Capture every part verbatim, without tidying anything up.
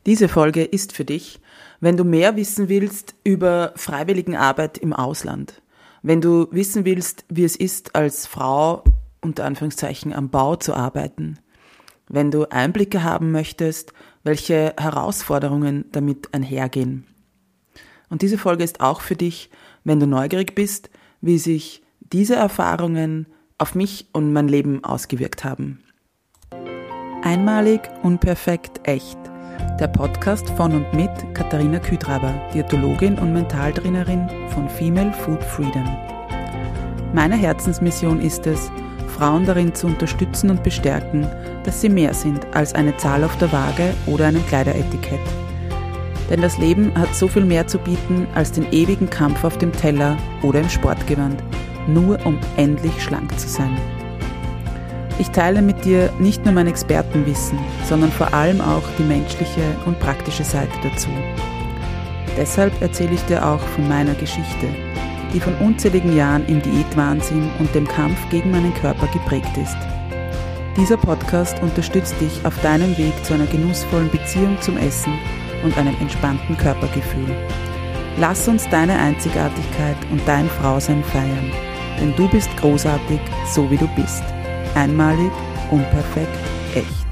Diese Folge ist für dich, wenn du mehr wissen willst über Freiwilligenarbeit im Ausland. Wenn du wissen willst, wie es ist, als Frau unter Anführungszeichen am Bau zu arbeiten. Wenn du Einblicke haben möchtest, welche Herausforderungen damit einhergehen. Und diese Folge ist auch für dich, wenn du neugierig bist, wie sich diese Erfahrungen auf mich und mein Leben ausgewirkt haben. Einmalig, unperfekt, echt. Der Podcast von und mit Katharina Küdraber, Diätologin und Mentaltrainerin von Female Food Freedom. Meine Herzensmission ist es, Frauen darin zu unterstützen und bestärken, dass sie mehr sind als eine Zahl auf der Waage oder einem Kleideretikett. Denn das Leben hat so viel mehr zu bieten als den ewigen Kampf auf dem Teller oder im Sportgewand, nur um endlich schlank zu sein. Ich teile mit dir nicht nur mein Expertenwissen, sondern vor allem auch die menschliche und praktische Seite dazu. Deshalb erzähle ich dir auch von meiner Geschichte, die von unzähligen Jahren im Diätwahnsinn und dem Kampf gegen meinen Körper geprägt ist. Dieser Podcast unterstützt dich auf deinem Weg zu einer genussvollen Beziehung zum Essen und einem entspannten Körpergefühl. Lass uns deine Einzigartigkeit und dein Frausein feiern, denn du bist großartig, so wie du bist. Einmalig, unperfekt, echt.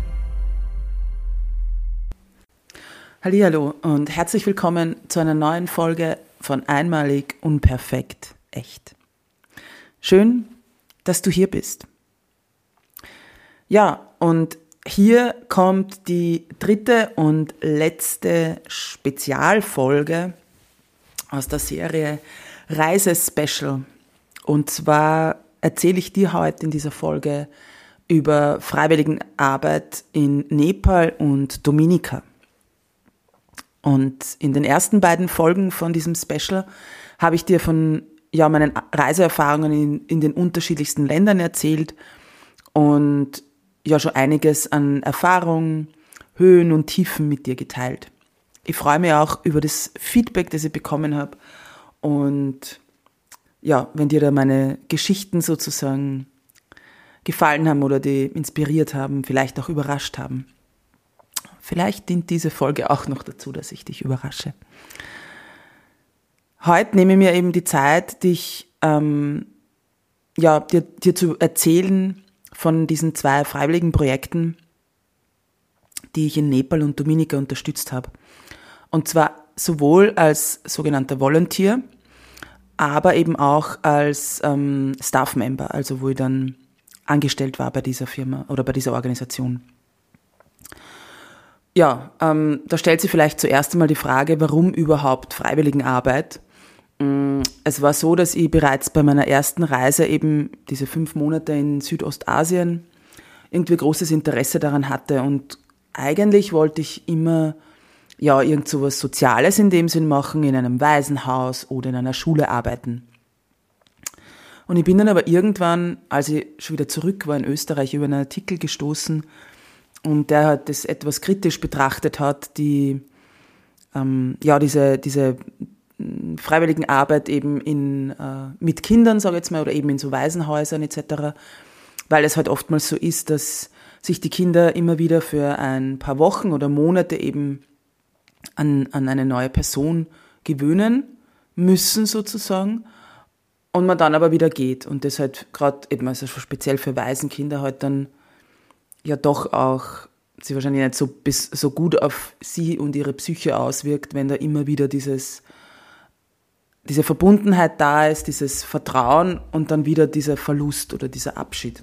Hallihallo und herzlich willkommen zu einer neuen Folge von Einmalig, unperfekt, echt. Schön, dass du hier bist. Ja, und hier kommt die dritte und letzte Spezialfolge aus der Serie Reise-Special. Und zwar erzähle ich dir heute in dieser Folge über Freiwilligenarbeit in Nepal und Dominica. Und in den ersten beiden Folgen von diesem Special habe ich dir von ja, meinen Reiseerfahrungen in, in den unterschiedlichsten Ländern erzählt und ja schon einiges an Erfahrungen, Höhen und Tiefen mit dir geteilt. Ich freue mich auch über das Feedback, das ich bekommen habe und ja, wenn dir da meine Geschichten sozusagen gefallen haben oder die inspiriert haben, vielleicht auch überrascht haben. Vielleicht dient diese Folge auch noch dazu, dass ich dich überrasche. Heute nehme ich mir eben die Zeit, dich, ähm, ja, dir, dir zu erzählen von diesen zwei freiwilligen Projekten, die ich in Nepal und Dominica unterstützt habe. Und zwar sowohl als sogenannter Volunteer, aber eben auch als ähm, Staff-Member, also wo ich dann angestellt war bei dieser Firma oder bei dieser Organisation. Ja, ähm, da stellt sich vielleicht zuerst einmal die Frage, warum überhaupt Freiwilligenarbeit? Es war so, dass ich bereits bei meiner ersten Reise eben diese fünf Monate in Südostasien irgendwie großes Interesse daran hatte und eigentlich wollte ich immer ja, irgend so was Soziales in dem Sinn machen, in einem Waisenhaus oder in einer Schule arbeiten. Und ich bin dann aber irgendwann, als ich schon wieder zurück war in Österreich, über einen Artikel gestoßen und der hat das etwas kritisch betrachtet hat, die, ähm, ja, diese, diese Freiwilligenarbeit eben in, äh, mit Kindern, sage ich jetzt mal, oder eben in so Waisenhäusern et cetera, weil es halt oftmals so ist, dass sich die Kinder immer wieder für ein paar Wochen oder Monate eben An, an eine neue Person gewöhnen müssen sozusagen und man dann aber wieder geht und das halt gerade eben also speziell für Waisenkinder halt dann ja doch auch sie wahrscheinlich nicht so, bis, so gut auf sie und ihre Psyche auswirkt, wenn da immer wieder dieses diese Verbundenheit da ist, dieses Vertrauen und dann wieder dieser Verlust oder dieser Abschied.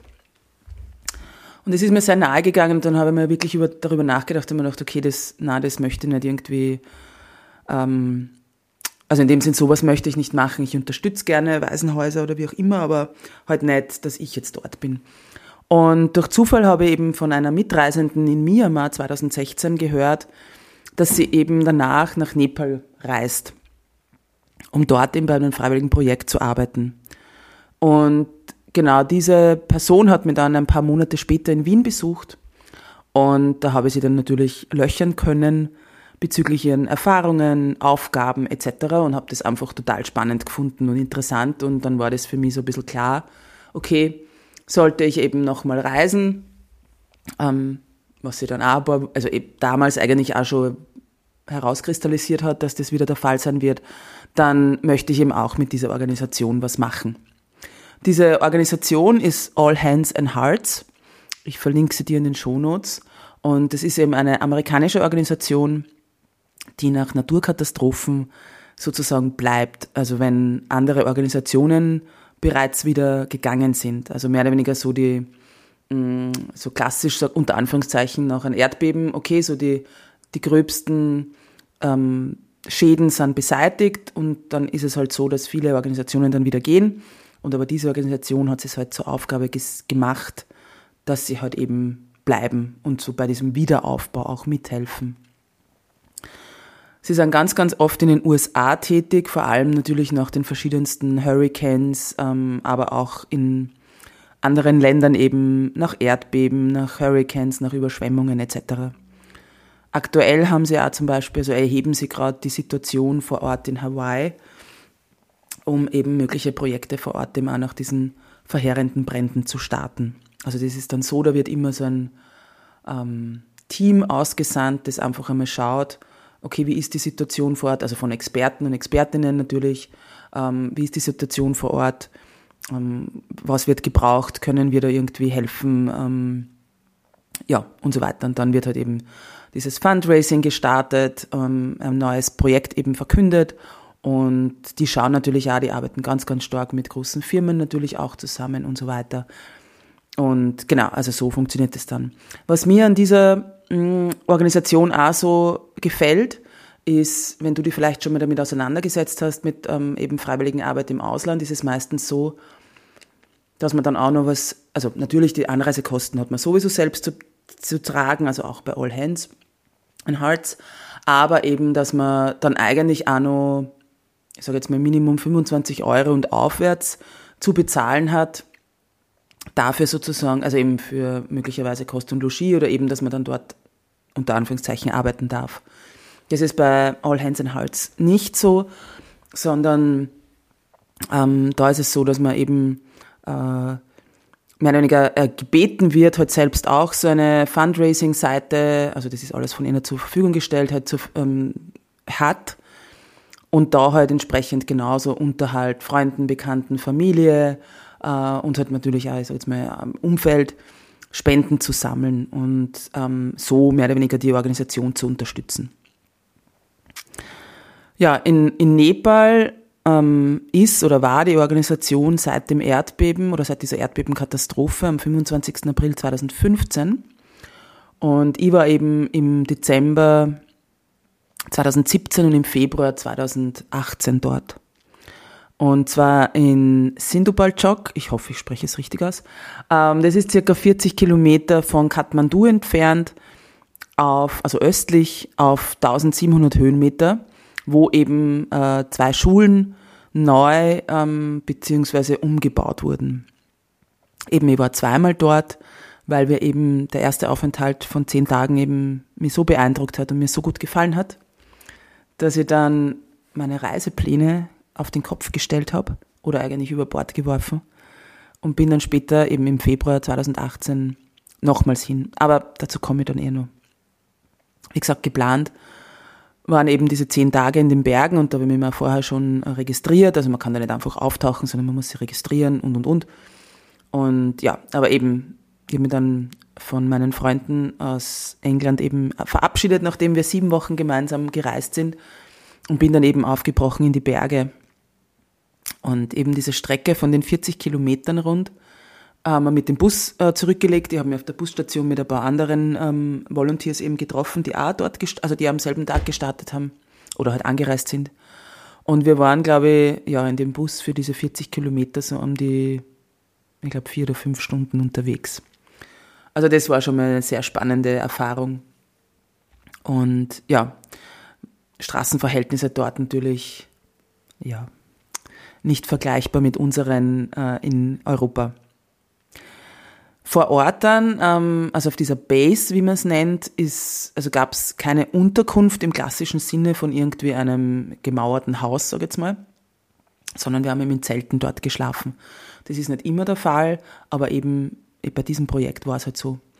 Und es ist mir sehr nahe gegangen und dann habe ich mir wirklich über, darüber nachgedacht und mir gedacht, okay, das, na, das möchte ich nicht irgendwie, ähm, also in dem Sinn, sowas möchte ich nicht machen. Ich unterstütze gerne Waisenhäuser oder wie auch immer, aber halt nicht, dass ich jetzt dort bin. Und durch Zufall habe ich eben von einer Mitreisenden in Myanmar zwanzig sechzehn gehört, dass sie eben danach nach Nepal reist, um dort eben bei einem freiwilligen Projekt zu arbeiten. Und genau, diese Person hat mich dann ein paar Monate später in Wien besucht und da habe ich sie dann natürlich löchern können bezüglich ihren Erfahrungen, Aufgaben et cetera und habe das einfach total spannend gefunden und interessant und dann war das für mich so ein bisschen klar, okay, sollte ich eben nochmal reisen, ähm, was sie dann auch, also damals eigentlich auch schon herauskristallisiert hat, dass das wieder der Fall sein wird, dann möchte ich eben auch mit dieser Organisation was machen. Diese Organisation ist All Hands and Hearts. Ich verlinke sie dir in den Shownotes. Und das ist eben eine amerikanische Organisation, die nach Naturkatastrophen sozusagen bleibt. Also wenn andere Organisationen bereits wieder gegangen sind. Also mehr oder weniger so die, so klassisch, so unter Anführungszeichen, nach einem Erdbeben, okay, so die, die gröbsten ähm, Schäden sind beseitigt und dann ist es halt so, dass viele Organisationen dann wieder gehen. Und aber diese Organisation hat es halt zur Aufgabe ges- gemacht, dass sie halt eben bleiben und so bei diesem Wiederaufbau auch mithelfen. Sie sind ganz, ganz oft in den U S A tätig, vor allem natürlich nach den verschiedensten Hurricanes, ähm, aber auch in anderen Ländern eben nach Erdbeben, nach Hurricanes, nach Überschwemmungen et cetera. Aktuell haben sie auch zum Beispiel, also erheben sie gerade die Situation vor Ort in Hawaii, um eben mögliche Projekte vor Ort eben auch nach diesen verheerenden Bränden zu starten. Also das ist dann so, da wird immer so ein ähm, Team ausgesandt, das einfach einmal schaut, okay, wie ist die Situation vor Ort, also von Experten und Expertinnen natürlich, ähm, wie ist die Situation vor Ort, ähm, was wird gebraucht, können wir da irgendwie helfen, ähm, ja, und so weiter. Und dann wird halt eben dieses Fundraising gestartet, ähm, ein neues Projekt eben verkündet und die schauen natürlich auch, die arbeiten ganz, ganz stark mit großen Firmen natürlich auch zusammen und so weiter. Und genau, also so funktioniert es dann. Was mir an dieser mh, Organisation auch so gefällt, ist, wenn du dich vielleicht schon mal damit auseinandergesetzt hast, mit ähm, eben freiwilligen Arbeit im Ausland, ist es meistens so, dass man dann auch noch was, also natürlich die Anreisekosten hat man sowieso selbst zu, zu tragen, also auch bei All Hands and Hearts, aber eben, dass man dann eigentlich auch noch, ich sage jetzt mal Minimum fünfundzwanzig Euro und aufwärts zu bezahlen hat, dafür sozusagen, also eben für möglicherweise Kost und Logis oder eben, dass man dann dort unter Anführungszeichen arbeiten darf. Das ist bei All Hands and Hearts nicht so, sondern ähm, da ist es so, dass man eben äh, mehr oder weniger äh, gebeten wird, halt selbst auch so eine Fundraising-Seite, also das ist alles von ihnen zur Verfügung gestellt, halt zu, ähm, hat und da halt entsprechend genauso unter halt Freunden, Bekannten, Familie äh, und halt natürlich auch, ich sag jetzt mal, am Umfeld Spenden zu sammeln und ähm, so mehr oder weniger die Organisation zu unterstützen. Ja, in, in Nepal ähm, ist oder war die Organisation seit dem Erdbeben oder seit dieser Erdbebenkatastrophe am fünfundzwanzigsten April zweitausendfünfzehn. Und ich war eben im Dezember zweitausendsiebzehn und im Februar zweitausendachtzehn dort. Und zwar in Sindhubalchok, ich hoffe, ich spreche es richtig aus. Ähm, das ist circa vierzig Kilometer von Kathmandu entfernt, auf, also östlich auf eintausendsiebenhundert Höhenmeter, wo eben äh, zwei Schulen neu ähm, beziehungsweise umgebaut wurden. Eben, ich war zweimal dort, weil wir eben der erste Aufenthalt von zehn Tagen eben mich so beeindruckt hat und mir so gut gefallen hat, dass ich dann meine Reisepläne auf den Kopf gestellt habe oder eigentlich über Bord geworfen und bin dann später eben im Februar zweitausendachtzehn nochmals hin. Aber dazu komme ich dann eh noch. Wie gesagt, geplant waren eben diese zehn Tage in den Bergen und da habe ich mich mal vorher schon registriert. Also man kann da nicht einfach auftauchen, sondern man muss sich registrieren und, und, und. Und ja, aber eben, ich habe mich dann von meinen Freunden aus England eben verabschiedet, nachdem wir sieben Wochen gemeinsam gereist sind und bin dann eben aufgebrochen in die Berge. Und eben diese Strecke von den vierzig Kilometern rund haben wir mit dem Bus äh, zurückgelegt. Ich habe mich auf der Busstation mit ein paar anderen ähm, Volunteers eben getroffen, die auch dort, gest- also die am selben Tag gestartet haben oder halt angereist sind. Und wir waren, glaube ich, ja in dem Bus für diese vierzig Kilometer so um die, ich glaube, vier oder fünf Stunden unterwegs. Also das war schon mal eine sehr spannende Erfahrung. Und ja, Straßenverhältnisse dort natürlich, ja, nicht vergleichbar mit unseren äh, in Europa. Vor Ort dann, ähm, also auf dieser Base, wie man es nennt, ist, also gab es keine Unterkunft im klassischen Sinne von irgendwie einem gemauerten Haus, sag ich jetzt mal, sondern wir haben eben in Zelten dort geschlafen. Das ist nicht immer der Fall, aber eben bei diesem Projekt war es halt so.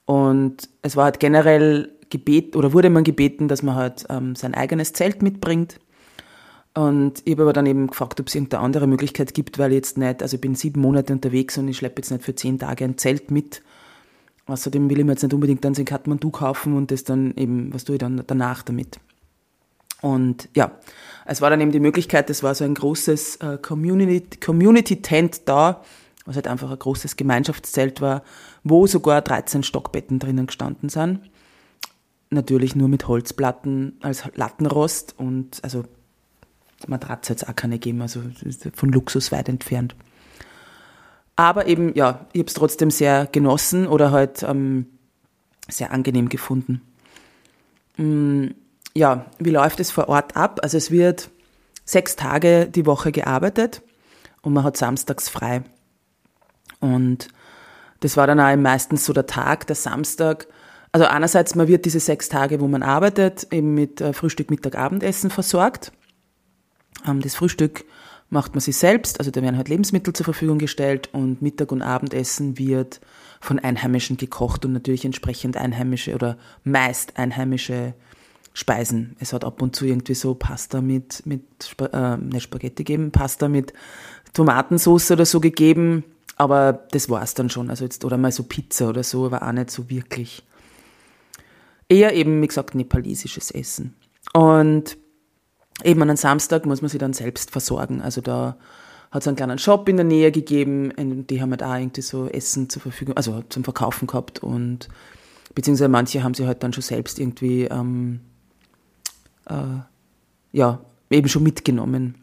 Und es war halt generell gebeten, oder wurde man gebeten, dass man halt ähm, sein eigenes Zelt mitbringt. Und ich habe aber dann eben gefragt, ob es irgendeine andere Möglichkeit gibt, weil ich jetzt nicht, also ich bin sieben Monate unterwegs und ich schleppe jetzt nicht für zehn Tage ein Zelt mit. Außerdem will ich mir jetzt nicht unbedingt dann so in Kathmandu kaufen und das dann eben, was tue ich dann danach damit? Und ja, es war dann eben die Möglichkeit, es war so ein großes äh, Community, Community-Tent da, was halt einfach ein großes Gemeinschaftszelt war, wo sogar dreizehn Stockbetten drinnen gestanden sind. Natürlich nur mit Holzplatten als Lattenrost und also Matratze hat es auch keine gegeben, also von Luxus weit entfernt. Aber eben, ja, ich habe es trotzdem sehr genossen oder halt ähm, sehr angenehm gefunden. Mm, ja, wie läuft es vor Ort ab? Also es wird sechs Tage die Woche gearbeitet und man hat samstags frei. Und das war dann auch meistens so der Tag, der Samstag. Also einerseits, man wird diese sechs Tage, wo man arbeitet, eben mit Frühstück, Mittag, Abendessen versorgt. Das Frühstück macht man sich selbst, also da werden halt Lebensmittel zur Verfügung gestellt und Mittag- und Abendessen wird von Einheimischen gekocht und natürlich entsprechend einheimische oder meist einheimische Speisen. Es hat ab und zu irgendwie so Pasta mit, mit äh, nicht Spaghetti gegeben, Pasta mit Tomatensauce oder so gegeben, aber das war's dann schon. Also jetzt, oder mal so Pizza oder so, aber auch nicht so wirklich. Eher eben, wie gesagt, nepalesisches Essen. Und eben an einem Samstag muss man sich dann selbst versorgen. Also da hat es einen kleinen Shop in der Nähe gegeben, und die haben halt auch irgendwie so Essen zur Verfügung, also zum Verkaufen gehabt und beziehungsweise manche haben sie halt dann schon selbst irgendwie ähm, äh, ja, eben schon mitgenommen.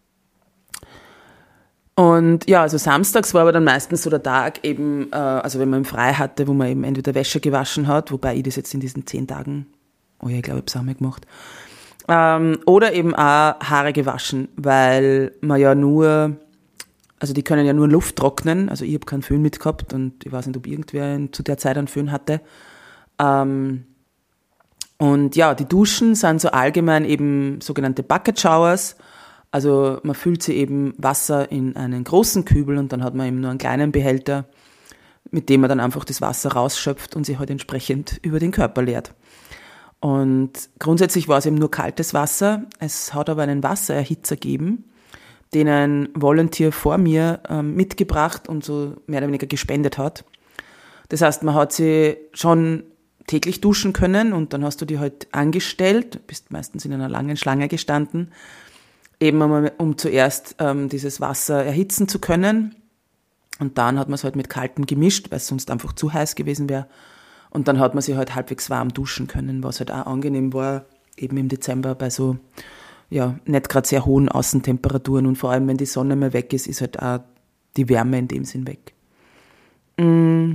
Und ja, also samstags war aber dann meistens so der Tag eben, äh, also wenn man frei hatte, wo man eben entweder Wäsche gewaschen hat, wobei ich das jetzt in diesen zehn Tagen, oh ja, ich glaube, ich habe es auch mal gemacht, ähm, oder eben auch Haare gewaschen, weil man ja nur, also die können ja nur Luft trocknen, also ich habe keinen Föhn mitgehabt und ich weiß nicht, ob irgendwer zu der Zeit einen Föhn hatte. Ähm, und ja, die Duschen sind so allgemein eben sogenannte Bucket Showers. Also man füllt sie eben Wasser in einen großen Kübel und dann hat man eben nur einen kleinen Behälter, mit dem man dann einfach das Wasser rausschöpft und sich halt entsprechend über den Körper leert. Und grundsätzlich war es eben nur kaltes Wasser. Es hat aber einen Wassererhitzer gegeben, den ein Volunteer vor mir ähm, mitgebracht und so mehr oder weniger gespendet hat. Das heißt, man hat sie schon täglich duschen können und dann hast du die halt angestellt, bist meistens in einer langen Schlange gestanden, eben um, um zuerst ähm, dieses Wasser erhitzen zu können. Und dann hat man es halt mit kaltem gemischt, weil es sonst einfach zu heiß gewesen wäre. Und dann hat man sich halt halbwegs warm duschen können, was halt auch angenehm war, eben im Dezember bei so, ja, nicht gerade sehr hohen Außentemperaturen. Und vor allem, wenn die Sonne mal weg ist, ist halt auch die Wärme in dem Sinn weg. Mm.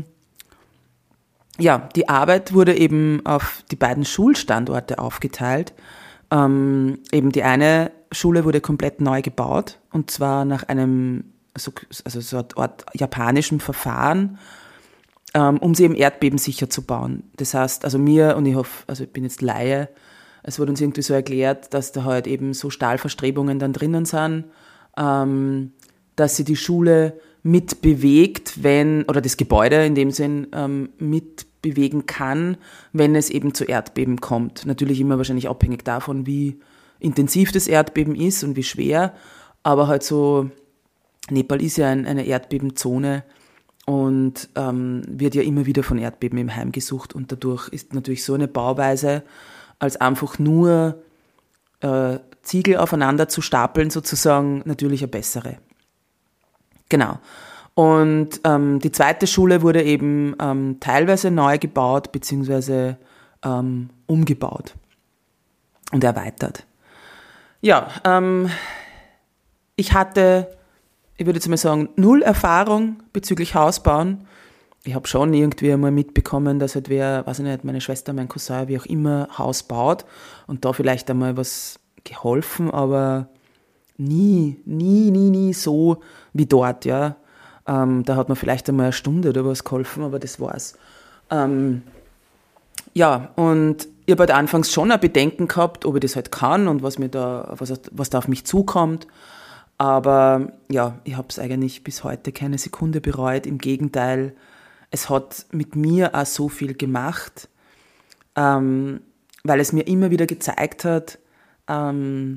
Ja, die Arbeit wurde eben auf die beiden Schulstandorte aufgeteilt. Ähm, eben die eine Schule wurde komplett neu gebaut und zwar nach einem so, also so eine Art japanischem Verfahren, ähm, um sie eben erdbebensicher zu bauen. Das heißt, also mir, und ich hoffe, also ich bin jetzt Laie, es wurde uns irgendwie so erklärt, dass da halt eben so Stahlverstrebungen dann drinnen sind, ähm, dass sie die Schule mitbewegt, wenn, oder das Gebäude in dem Sinn ähm, mitbewegen kann, wenn es eben zu Erdbeben kommt. Natürlich immer wahrscheinlich abhängig davon, wie intensiv das Erdbeben ist und wie schwer, aber halt so, Nepal ist ja ein, eine Erdbebenzone und ähm, wird ja immer wieder von Erdbeben im heimgesucht und dadurch ist natürlich so eine Bauweise, als einfach nur äh, Ziegel aufeinander zu stapeln sozusagen, natürlich eine bessere. Genau. Und ähm, die zweite Schule wurde eben ähm, teilweise neu gebaut beziehungsweise ähm, umgebaut und erweitert. Ja, ähm, ich hatte, ich würde jetzt mal sagen, null Erfahrung bezüglich Hausbauen. Ich habe schon irgendwie einmal mitbekommen, dass halt wer, weiß ich nicht, meine Schwester, mein Cousin, wie auch immer, Haus baut und da vielleicht einmal was geholfen, aber nie, nie, nie, nie so wie dort, ja. Ähm, da hat man vielleicht einmal eine Stunde oder was geholfen, aber das war's. Ähm, ja, und ich habe halt anfangs schon ein Bedenken gehabt, ob ich das halt kann und was mir da, was, was da auf mich zukommt. Aber ja, ich habe es eigentlich bis heute keine Sekunde bereut. Im Gegenteil, es hat mit mir auch so viel gemacht, ähm, weil es mir immer wieder gezeigt hat, ähm,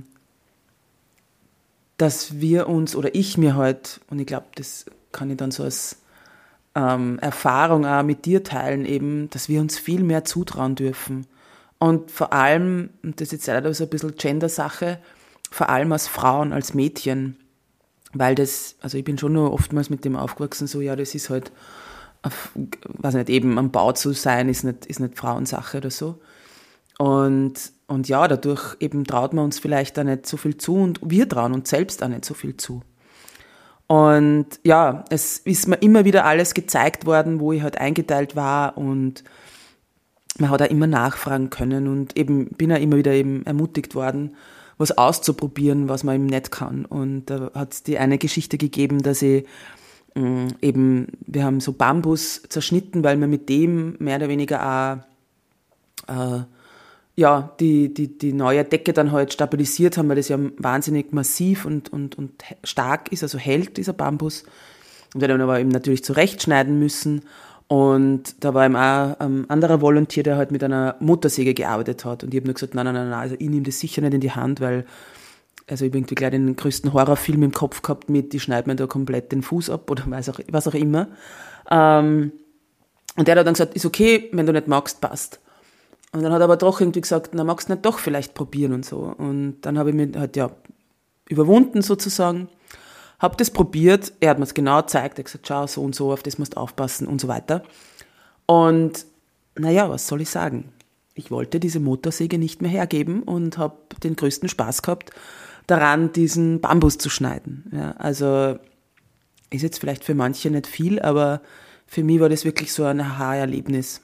dass wir uns, oder ich mir halt, und ich glaube, das kann ich dann so als ähm, Erfahrung auch mit dir teilen, eben, dass wir uns viel mehr zutrauen dürfen. Und vor allem, und das ist jetzt leider so ein bisschen Gender-Sache, vor allem als Frauen, als Mädchen, weil das, also ich bin schon nur oftmals mit dem aufgewachsen, so, ja, das ist halt, auf, weiß nicht, eben am Bau zu sein, ist nicht, ist nicht Frauensache oder so. Und, und ja, dadurch eben traut man uns vielleicht auch nicht so viel zu und wir trauen uns selbst auch nicht so viel zu. Und ja, es ist mir immer wieder alles gezeigt worden, wo ich halt eingeteilt war und man hat auch immer nachfragen können und eben bin auch immer wieder eben ermutigt worden, was auszuprobieren, was man eben nicht kann. Und da hat es die eine Geschichte gegeben, dass ich mh, eben, wir haben so Bambus zerschnitten, weil wir mit dem mehr oder weniger auch äh, ja, die, die, die neue Decke dann halt stabilisiert haben, weil das ja wahnsinnig massiv und, und, und stark ist, also hält dieser Bambus. Und wir dann aber eben natürlich zurechtschneiden müssen. Und da war eben auch ein anderer Volontier, der halt mit einer Motorsäge gearbeitet hat. Und ich habe nur gesagt, nein, nein, nein, also ich nehme das sicher nicht in die Hand, weil, also ich habe irgendwie gleich den größten Horrorfilm im Kopf gehabt mit, die schneidet mir da komplett den Fuß ab oder was auch, was auch immer. Ähm, und der hat dann gesagt, ist okay, wenn du nicht magst, passt. Und dann hat er aber doch irgendwie gesagt, na, magst du nicht doch vielleicht probieren und so. Und dann habe ich mich halt ja überwunden sozusagen, habe das probiert, er hat mir es genau gezeigt, er hat gesagt, schau, so und so, auf das musst du aufpassen und so weiter. Und naja, was soll ich sagen? Ich wollte diese Motorsäge nicht mehr hergeben und habe den größten Spaß gehabt, daran, diesen Bambus zu schneiden. Ja, also ist jetzt vielleicht für manche nicht viel, aber für mich war das wirklich so ein Aha-Erlebnis.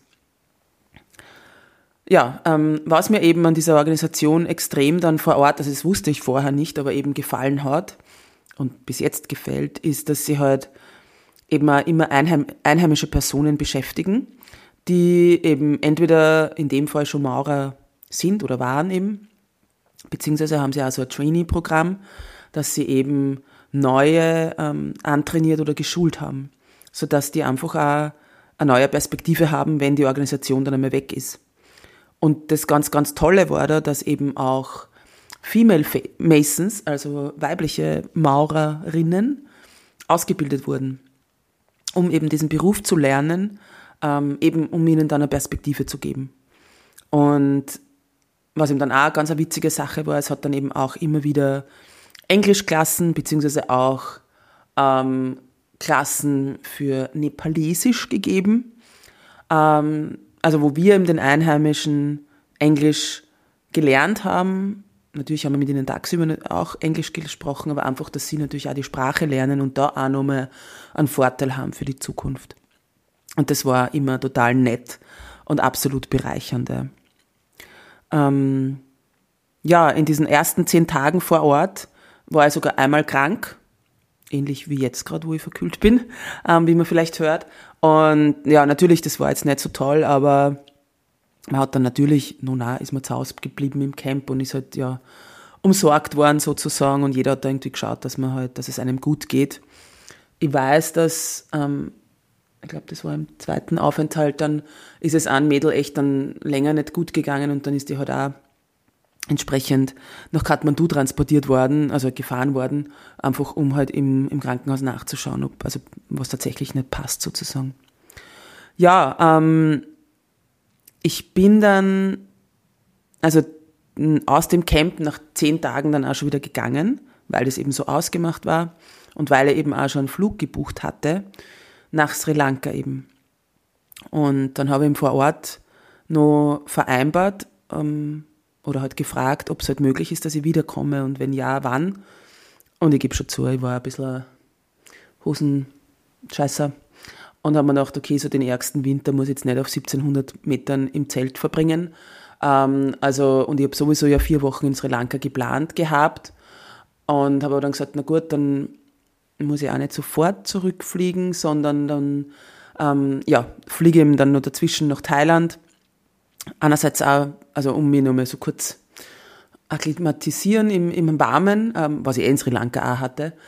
Ja, ähm, was mir eben an dieser Organisation extrem dann vor Ort, also das wusste ich vorher nicht, aber eben gefallen hat und bis jetzt gefällt, ist, dass sie halt eben auch immer einheim, einheimische Personen beschäftigen, die eben entweder in dem Fall schon Maurer sind oder waren eben, beziehungsweise haben sie auch so ein Trainee-Programm, dass sie eben neue ähm, antrainiert oder geschult haben, sodass die einfach auch eine neue Perspektive haben, wenn die Organisation dann einmal weg ist. Und das ganz, ganz Tolle war da, dass eben auch Female Masons, also weibliche Maurerinnen, ausgebildet wurden, um eben diesen Beruf zu lernen, ähm, eben um ihnen dann eine Perspektive zu geben. Und was eben dann auch eine ganz eine witzige Sache war, es hat dann eben auch immer wieder Englischklassen, beziehungsweise auch ähm, Klassen für Nepalesisch gegeben, ähm, also wo wir eben den Einheimischen Englisch gelernt haben. Natürlich haben wir mit ihnen tagsüber auch Englisch gesprochen, aber einfach, dass sie natürlich auch die Sprache lernen und da auch nochmal einen Vorteil haben für die Zukunft. Und das war immer total nett und absolut bereichernd. Ähm, ja, in diesen ersten zehn Tagen vor Ort war ich sogar einmal krank, ähnlich wie jetzt gerade, wo ich verkühlt bin, ähm, wie man vielleicht hört. Und ja, natürlich, das war jetzt nicht so toll, aber man hat dann natürlich, nun na, ist man zu Hause geblieben im Camp und ist halt ja umsorgt worden sozusagen und jeder hat da irgendwie geschaut, dass man halt, dass es einem gut geht. Ich weiß, dass, ähm, ich glaube, das war im zweiten Aufenthalt, dann ist es einem Mädel echt dann länger nicht gut gegangen und dann ist die halt auch entsprechend nach Kathmandu transportiert worden, also gefahren worden, einfach um halt im, im Krankenhaus nachzuschauen, ob, also was tatsächlich nicht passt sozusagen. Ja, ähm, ich bin dann, also aus dem Camp nach zehn Tagen dann auch schon wieder gegangen, weil das eben so ausgemacht war und weil er eben auch schon einen Flug gebucht hatte, nach Sri Lanka eben. Und dann habe ich ihm vor Ort noch vereinbart, ähm, oder halt gefragt, ob es halt möglich ist, dass ich wiederkomme und wenn ja, wann. Und ich gebe schon zu, ich war ein bisschen Hosenscheißer und habe mir gedacht, okay, so den ärgsten Winter muss ich jetzt nicht auf siebzehnhundert Metern im Zelt verbringen. Ähm, also, und ich habe sowieso ja vier Wochen in Sri Lanka geplant gehabt und habe aber dann gesagt, na gut, dann muss ich auch nicht sofort zurückfliegen, sondern dann ähm, ja, fliege ich dann noch dazwischen nach Thailand. Einerseits auch, also um mich noch mal so kurz akklimatisieren im, im Warmen, ähm, was ich eh in Sri Lanka auch hatte.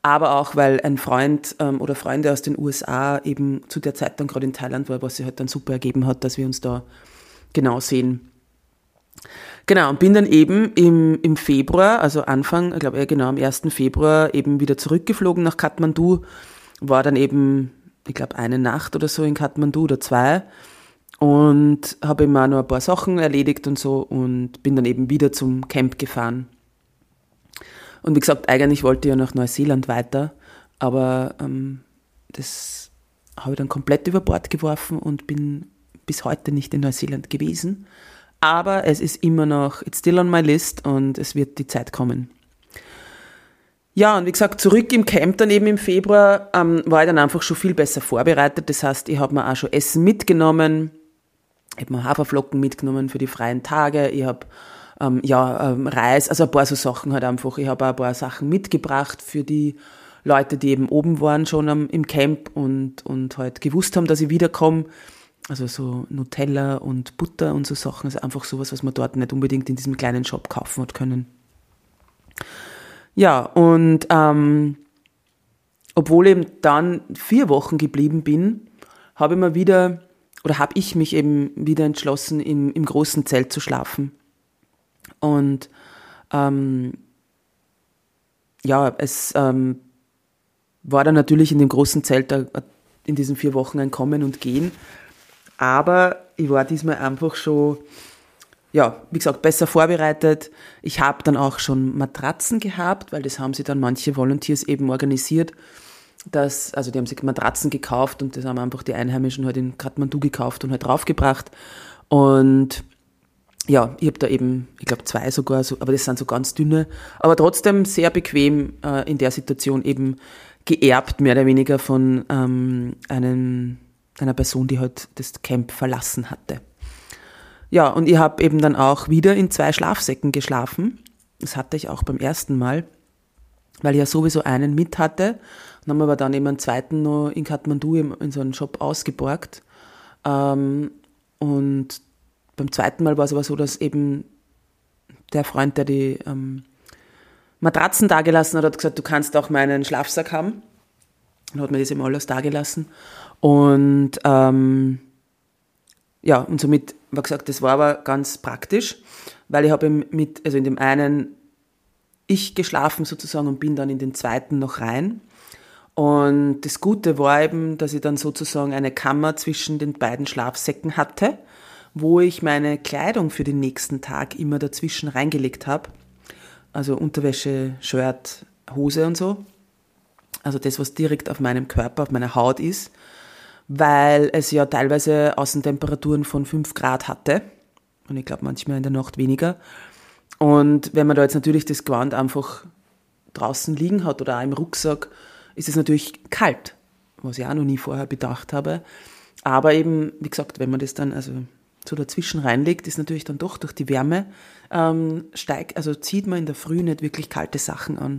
aber auch, weil ein Freund ähm, oder Freunde aus den U S A eben zu der Zeit dann gerade in Thailand war, was sich halt dann super ergeben hat, dass wir uns da genau sehen. Genau, und bin dann eben im, im Februar, also Anfang, ich glaube eher genau am ersten Februar, eben wieder zurückgeflogen nach Kathmandu, war dann eben, ich glaube, eine Nacht oder so in Kathmandu oder zwei und habe eben auch noch ein paar Sachen erledigt und so und bin dann eben wieder zum Camp gefahren. Und wie gesagt, eigentlich wollte ich ja nach Neuseeland weiter, aber ähm, das habe ich dann komplett über Bord geworfen und bin bis heute nicht in Neuseeland gewesen. Aber es ist immer noch, it's still on my list und es wird die Zeit kommen. Ja, und wie gesagt, zurück im Camp dann eben im Februar ähm, war ich dann einfach schon viel besser vorbereitet. Das heißt, ich habe mir auch schon Essen mitgenommen, ich habe mir Haferflocken mitgenommen für die freien Tage, ich habe ähm, ja, ähm, Reis, also ein paar so Sachen halt einfach. Ich habe auch ein paar Sachen mitgebracht für die Leute, die eben oben waren schon am, im Camp und, und halt gewusst haben, dass ich wiederkomme. Also so Nutella und Butter und so Sachen, also einfach sowas, was man dort nicht unbedingt in diesem kleinen Shop kaufen hat können. Ja, und ähm, obwohl ich eben dann vier Wochen geblieben bin, habe ich mir wieder, oder habe ich mich eben wieder entschlossen, im, im großen Zelt zu schlafen. Und ähm, ja, es ähm, war dann natürlich in dem großen Zelt in diesen vier Wochen ein Kommen und Gehen. Aber ich war diesmal einfach schon, ja, wie gesagt, besser vorbereitet. Ich habe dann auch schon Matratzen gehabt, weil das haben sie dann manche Volunteers eben organisiert. Dass, also die haben sich Matratzen gekauft und das haben einfach die Einheimischen halt in Kathmandu gekauft und halt draufgebracht. Und ja, ich habe da eben, ich glaube zwei sogar, so, aber das sind so ganz dünne, aber trotzdem sehr bequem äh, in der Situation eben geerbt, mehr oder weniger von ähm, einem einer Person, die halt das Camp verlassen hatte. Ja, und ich habe eben dann auch wieder in zwei Schlafsäcken geschlafen. Das hatte ich auch beim ersten Mal, weil ich ja sowieso einen mit hatte. Dann haben wir aber dann eben einen zweiten noch in Kathmandu in so einem Shop ausgeborgt. Ähm, und beim zweiten Mal war es aber so, dass eben der Freund, der die ähm, Matratzen dagelassen hat, hat gesagt, du kannst auch meinen Schlafsack haben. Dann hat mir das eben alles dagelassen. Und ähm, ja, und somit war gesagt, das war aber ganz praktisch, weil ich habe mit, also in dem einen ich geschlafen sozusagen und bin dann in den zweiten noch rein. Und das Gute war eben, dass ich dann sozusagen eine Kammer zwischen den beiden Schlafsäcken hatte, wo ich meine Kleidung für den nächsten Tag immer dazwischen reingelegt habe. Also Unterwäsche, Shirt, Hose und so. Also das, was direkt auf meinem Körper, auf meiner Haut ist, weil es ja teilweise Außentemperaturen von fünf Grad hatte. Und ich glaube manchmal in der Nacht weniger. Und wenn man da jetzt natürlich das Gewand einfach draußen liegen hat oder auch im Rucksack, ist es natürlich kalt, was ich auch noch nie vorher bedacht habe. Aber eben, wie gesagt, wenn man das dann also so dazwischen reinlegt, ist natürlich dann doch durch die Wärme ähm, steigt, also zieht man in der Früh nicht wirklich kalte Sachen an,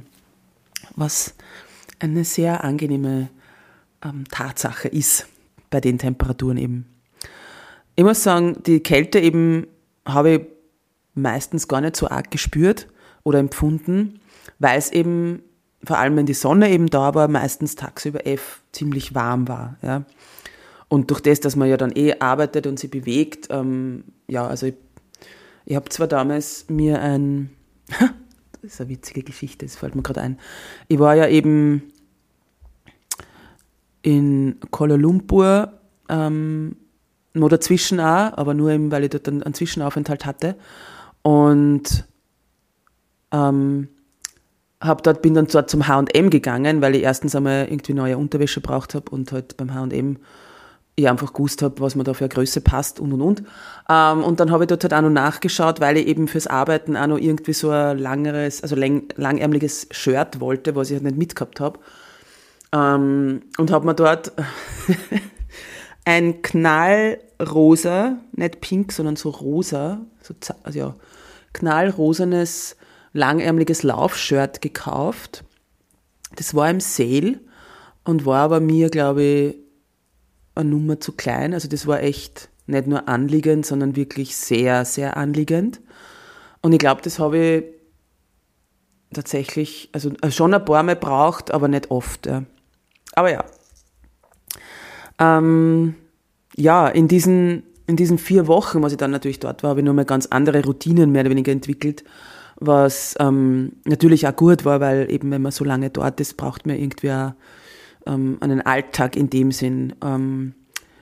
was eine sehr angenehme ähm, Tatsache ist bei den Temperaturen eben. Ich muss sagen, die Kälte eben habe ich meistens gar nicht so arg gespürt oder empfunden, weil es eben, vor allem wenn die Sonne eben da war, meistens tagsüber eh ziemlich warm war. Ja. Und durch das, dass man ja dann eh arbeitet und sich bewegt, ähm, ja, also ich, ich habe zwar damals mir ein, das ist eine witzige Geschichte, das fällt mir gerade ein, ich war ja eben in Kuala Lumpur, ähm, noch dazwischen auch, aber nur eben, weil ich dort einen, einen Zwischenaufenthalt hatte. Und ähm, hab dort, bin dann dort zum H und M gegangen, weil ich erstens einmal irgendwie neue Unterwäsche braucht habe und halt beim H und M ich einfach gewusst habe, was mir da für eine Größe passt und und und. Ähm, und dann habe ich dort halt auch noch nachgeschaut, weil ich eben fürs Arbeiten auch noch irgendwie so ein langeres, also lang, langärmliches Shirt wollte, was ich halt nicht mitgehabt habe. Ähm, und habe mir dort ein knallrosa, nicht pink, sondern so rosa, so, also ja, knallrosanes, langärmliches Laufshirt gekauft. Das war im Sale und war aber mir, glaube ich, eine Nummer zu klein. Also das war echt nicht nur anliegend, sondern wirklich sehr, sehr anliegend. Und ich glaube, das habe ich tatsächlich, also schon ein paar Mal braucht, aber nicht oft. Ja. Aber ja. Ähm, ja, in diesen, in diesen vier Wochen, was ich dann natürlich dort war, habe ich nochmal ganz andere Routinen mehr oder weniger entwickelt, was ähm, natürlich auch gut war, weil eben, wenn man so lange dort ist, braucht man irgendwie auch, ähm, einen Alltag in dem Sinn. Ähm,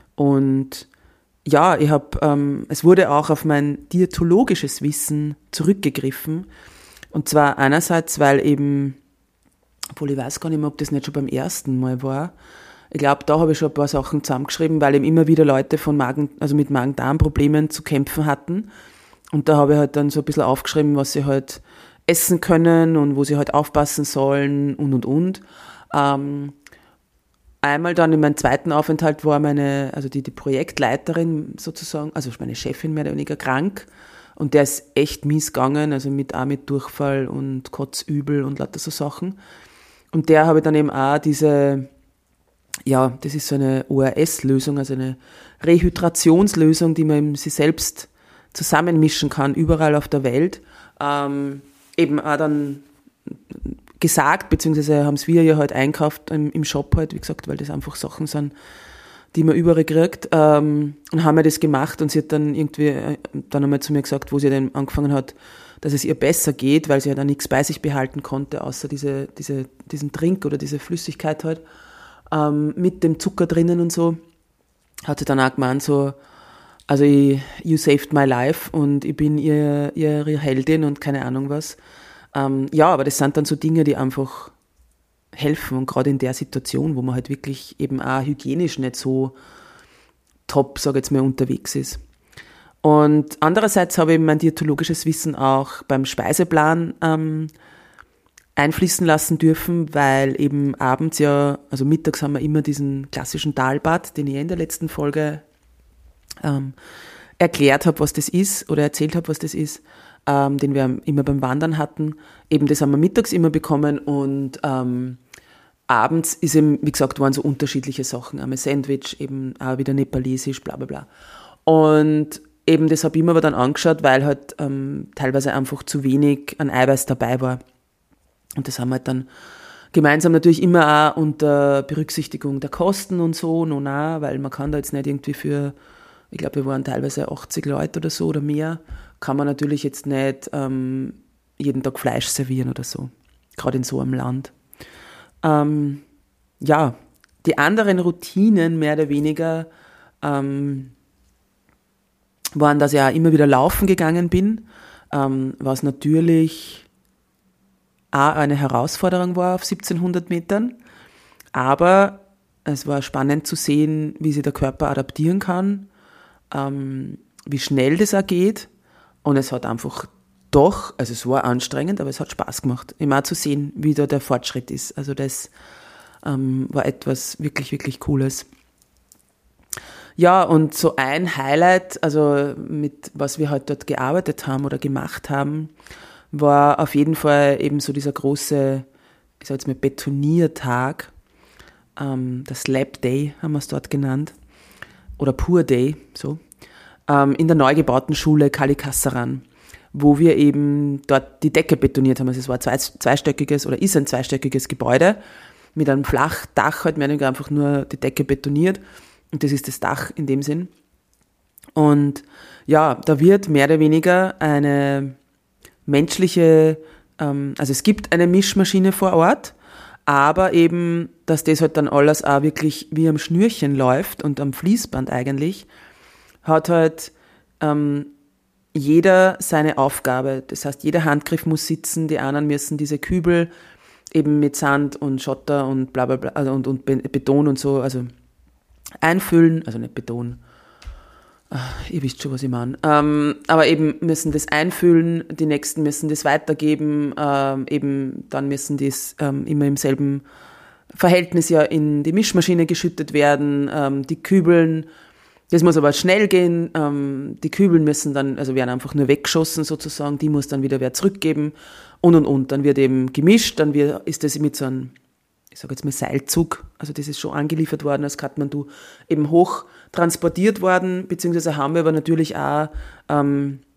und ja, ich habe, ähm, es wurde auch auf mein diätologisches Wissen zurückgegriffen. Und zwar einerseits, weil eben, obwohl ich weiß gar nicht mehr, ob das nicht schon beim ersten Mal war. Ich glaube, da habe ich schon ein paar Sachen zusammengeschrieben, weil eben immer wieder Leute von Magen, also mit Magen-Darm-Problemen zu kämpfen hatten. Und da habe ich halt dann so ein bisschen aufgeschrieben, was sie halt essen können und wo sie halt aufpassen sollen und, und, und. Ähm, einmal dann in meinem zweiten Aufenthalt war meine, also die, die Projektleiterin sozusagen, also meine Chefin mehr oder weniger krank. Und der ist echt mies gegangen, also mit, auch mit Durchfall und Kotzübel und lauter so Sachen. Und der habe ich dann eben auch diese, ja, das ist so eine O R S-Lösung, also eine Rehydrationslösung, die man eben sich selbst zusammenmischen kann, überall auf der Welt, ähm, eben auch dann gesagt, beziehungsweise haben es wir ja halt einkauft im, im Shop halt, wie gesagt, weil das einfach Sachen sind, die man überall kriegt, ähm, und haben wir das gemacht und sie hat dann irgendwie äh, dann einmal zu mir gesagt, wo sie dann angefangen hat, dass es ihr besser geht, weil sie ja dann nichts bei sich behalten konnte, außer diese, diese, diesen Trink oder diese Flüssigkeit halt, ähm, mit dem Zucker drinnen und so, hat sie dann auch gemeint, so, also ich, you saved my life und ich bin ihr, ihre Heldin und keine Ahnung was. Ähm, ja, aber das sind dann so Dinge, die einfach helfen und gerade in der Situation, wo man halt wirklich eben auch hygienisch nicht so top, sage ich jetzt mal, unterwegs ist. Und andererseits habe ich mein diätologisches Wissen auch beim Speiseplan ähm, einfließen lassen dürfen, weil eben abends ja, also mittags haben wir immer diesen klassischen Dalbad, den ich in der letzten Folge ähm, erklärt habe, was das ist oder erzählt habe, was das ist, ähm, den wir immer beim Wandern hatten. Eben das haben wir mittags immer bekommen und ähm, abends ist eben, wie gesagt, waren so unterschiedliche Sachen. Einmal Sandwich, eben auch wieder nepalesisch, bla bla bla. Und eben das habe ich mir aber dann angeschaut, weil halt ähm, teilweise einfach zu wenig an Eiweiß dabei war. Und das haben wir halt dann gemeinsam natürlich immer auch unter Berücksichtigung der Kosten und so, no, na, weil man kann da jetzt nicht irgendwie für, ich glaube, wir waren teilweise achtzig Leute oder so oder mehr, kann man natürlich jetzt nicht ähm, jeden Tag Fleisch servieren oder so, gerade in so einem Land. Ähm, ja, die anderen Routinen mehr oder weniger ähm, waren, dass ich auch immer wieder laufen gegangen bin, ähm, was natürlich auch eine Herausforderung war auf siebzehnhundert Metern, aber es war spannend zu sehen, wie sich der Körper adaptieren kann, ähm, wie schnell das auch geht und es hat einfach doch, also es war anstrengend, aber es hat Spaß gemacht, immer zu sehen, wie da der Fortschritt ist. Also das ähm, war etwas wirklich, wirklich Cooles. Ja, und so ein Highlight, also mit was wir halt dort gearbeitet haben oder gemacht haben, war auf jeden Fall eben so dieser große, ich sag jetzt mal Betoniertag, ähm, das Lab Day haben wir es dort genannt, oder Pur Day, so, ähm, in der neu gebauten Schule Kalikassaran, wo wir eben dort die Decke betoniert haben. Also es war ein zwei, zweistöckiges oder ist ein zweistöckiges Gebäude mit einem Flachdach, halt mehr oder weniger einfach nur die Decke betoniert und das ist das Dach in dem Sinn. Und ja, da wird mehr oder weniger eine menschliche, ähm, also es gibt eine Mischmaschine vor Ort, aber eben, dass das halt dann alles auch wirklich wie am Schnürchen läuft und am Fließband eigentlich, hat halt ähm, jeder seine Aufgabe. Das heißt, jeder Handgriff muss sitzen, die anderen müssen diese Kübel eben mit Sand und Schotter und bla bla bla also und, und Beton und so, also einfüllen, also nicht Beton, ihr wisst schon, was ich meine. Ähm, aber eben müssen das einfüllen, die Nächsten müssen das weitergeben, ähm, eben dann müssen das ähm, immer im selben Verhältnis ja in die Mischmaschine geschüttet werden, ähm, die Kübeln, das muss aber schnell gehen, ähm, die Kübeln müssen dann, also werden einfach nur weggeschossen sozusagen, die muss dann wieder wer zurückgeben und und und. Dann wird eben gemischt, dann wird, ist das mit so einem, ich sage jetzt mal Seilzug, also das ist schon angeliefert worden als Kathmandu, eben hoch transportiert worden, beziehungsweise haben wir aber natürlich auch ähm,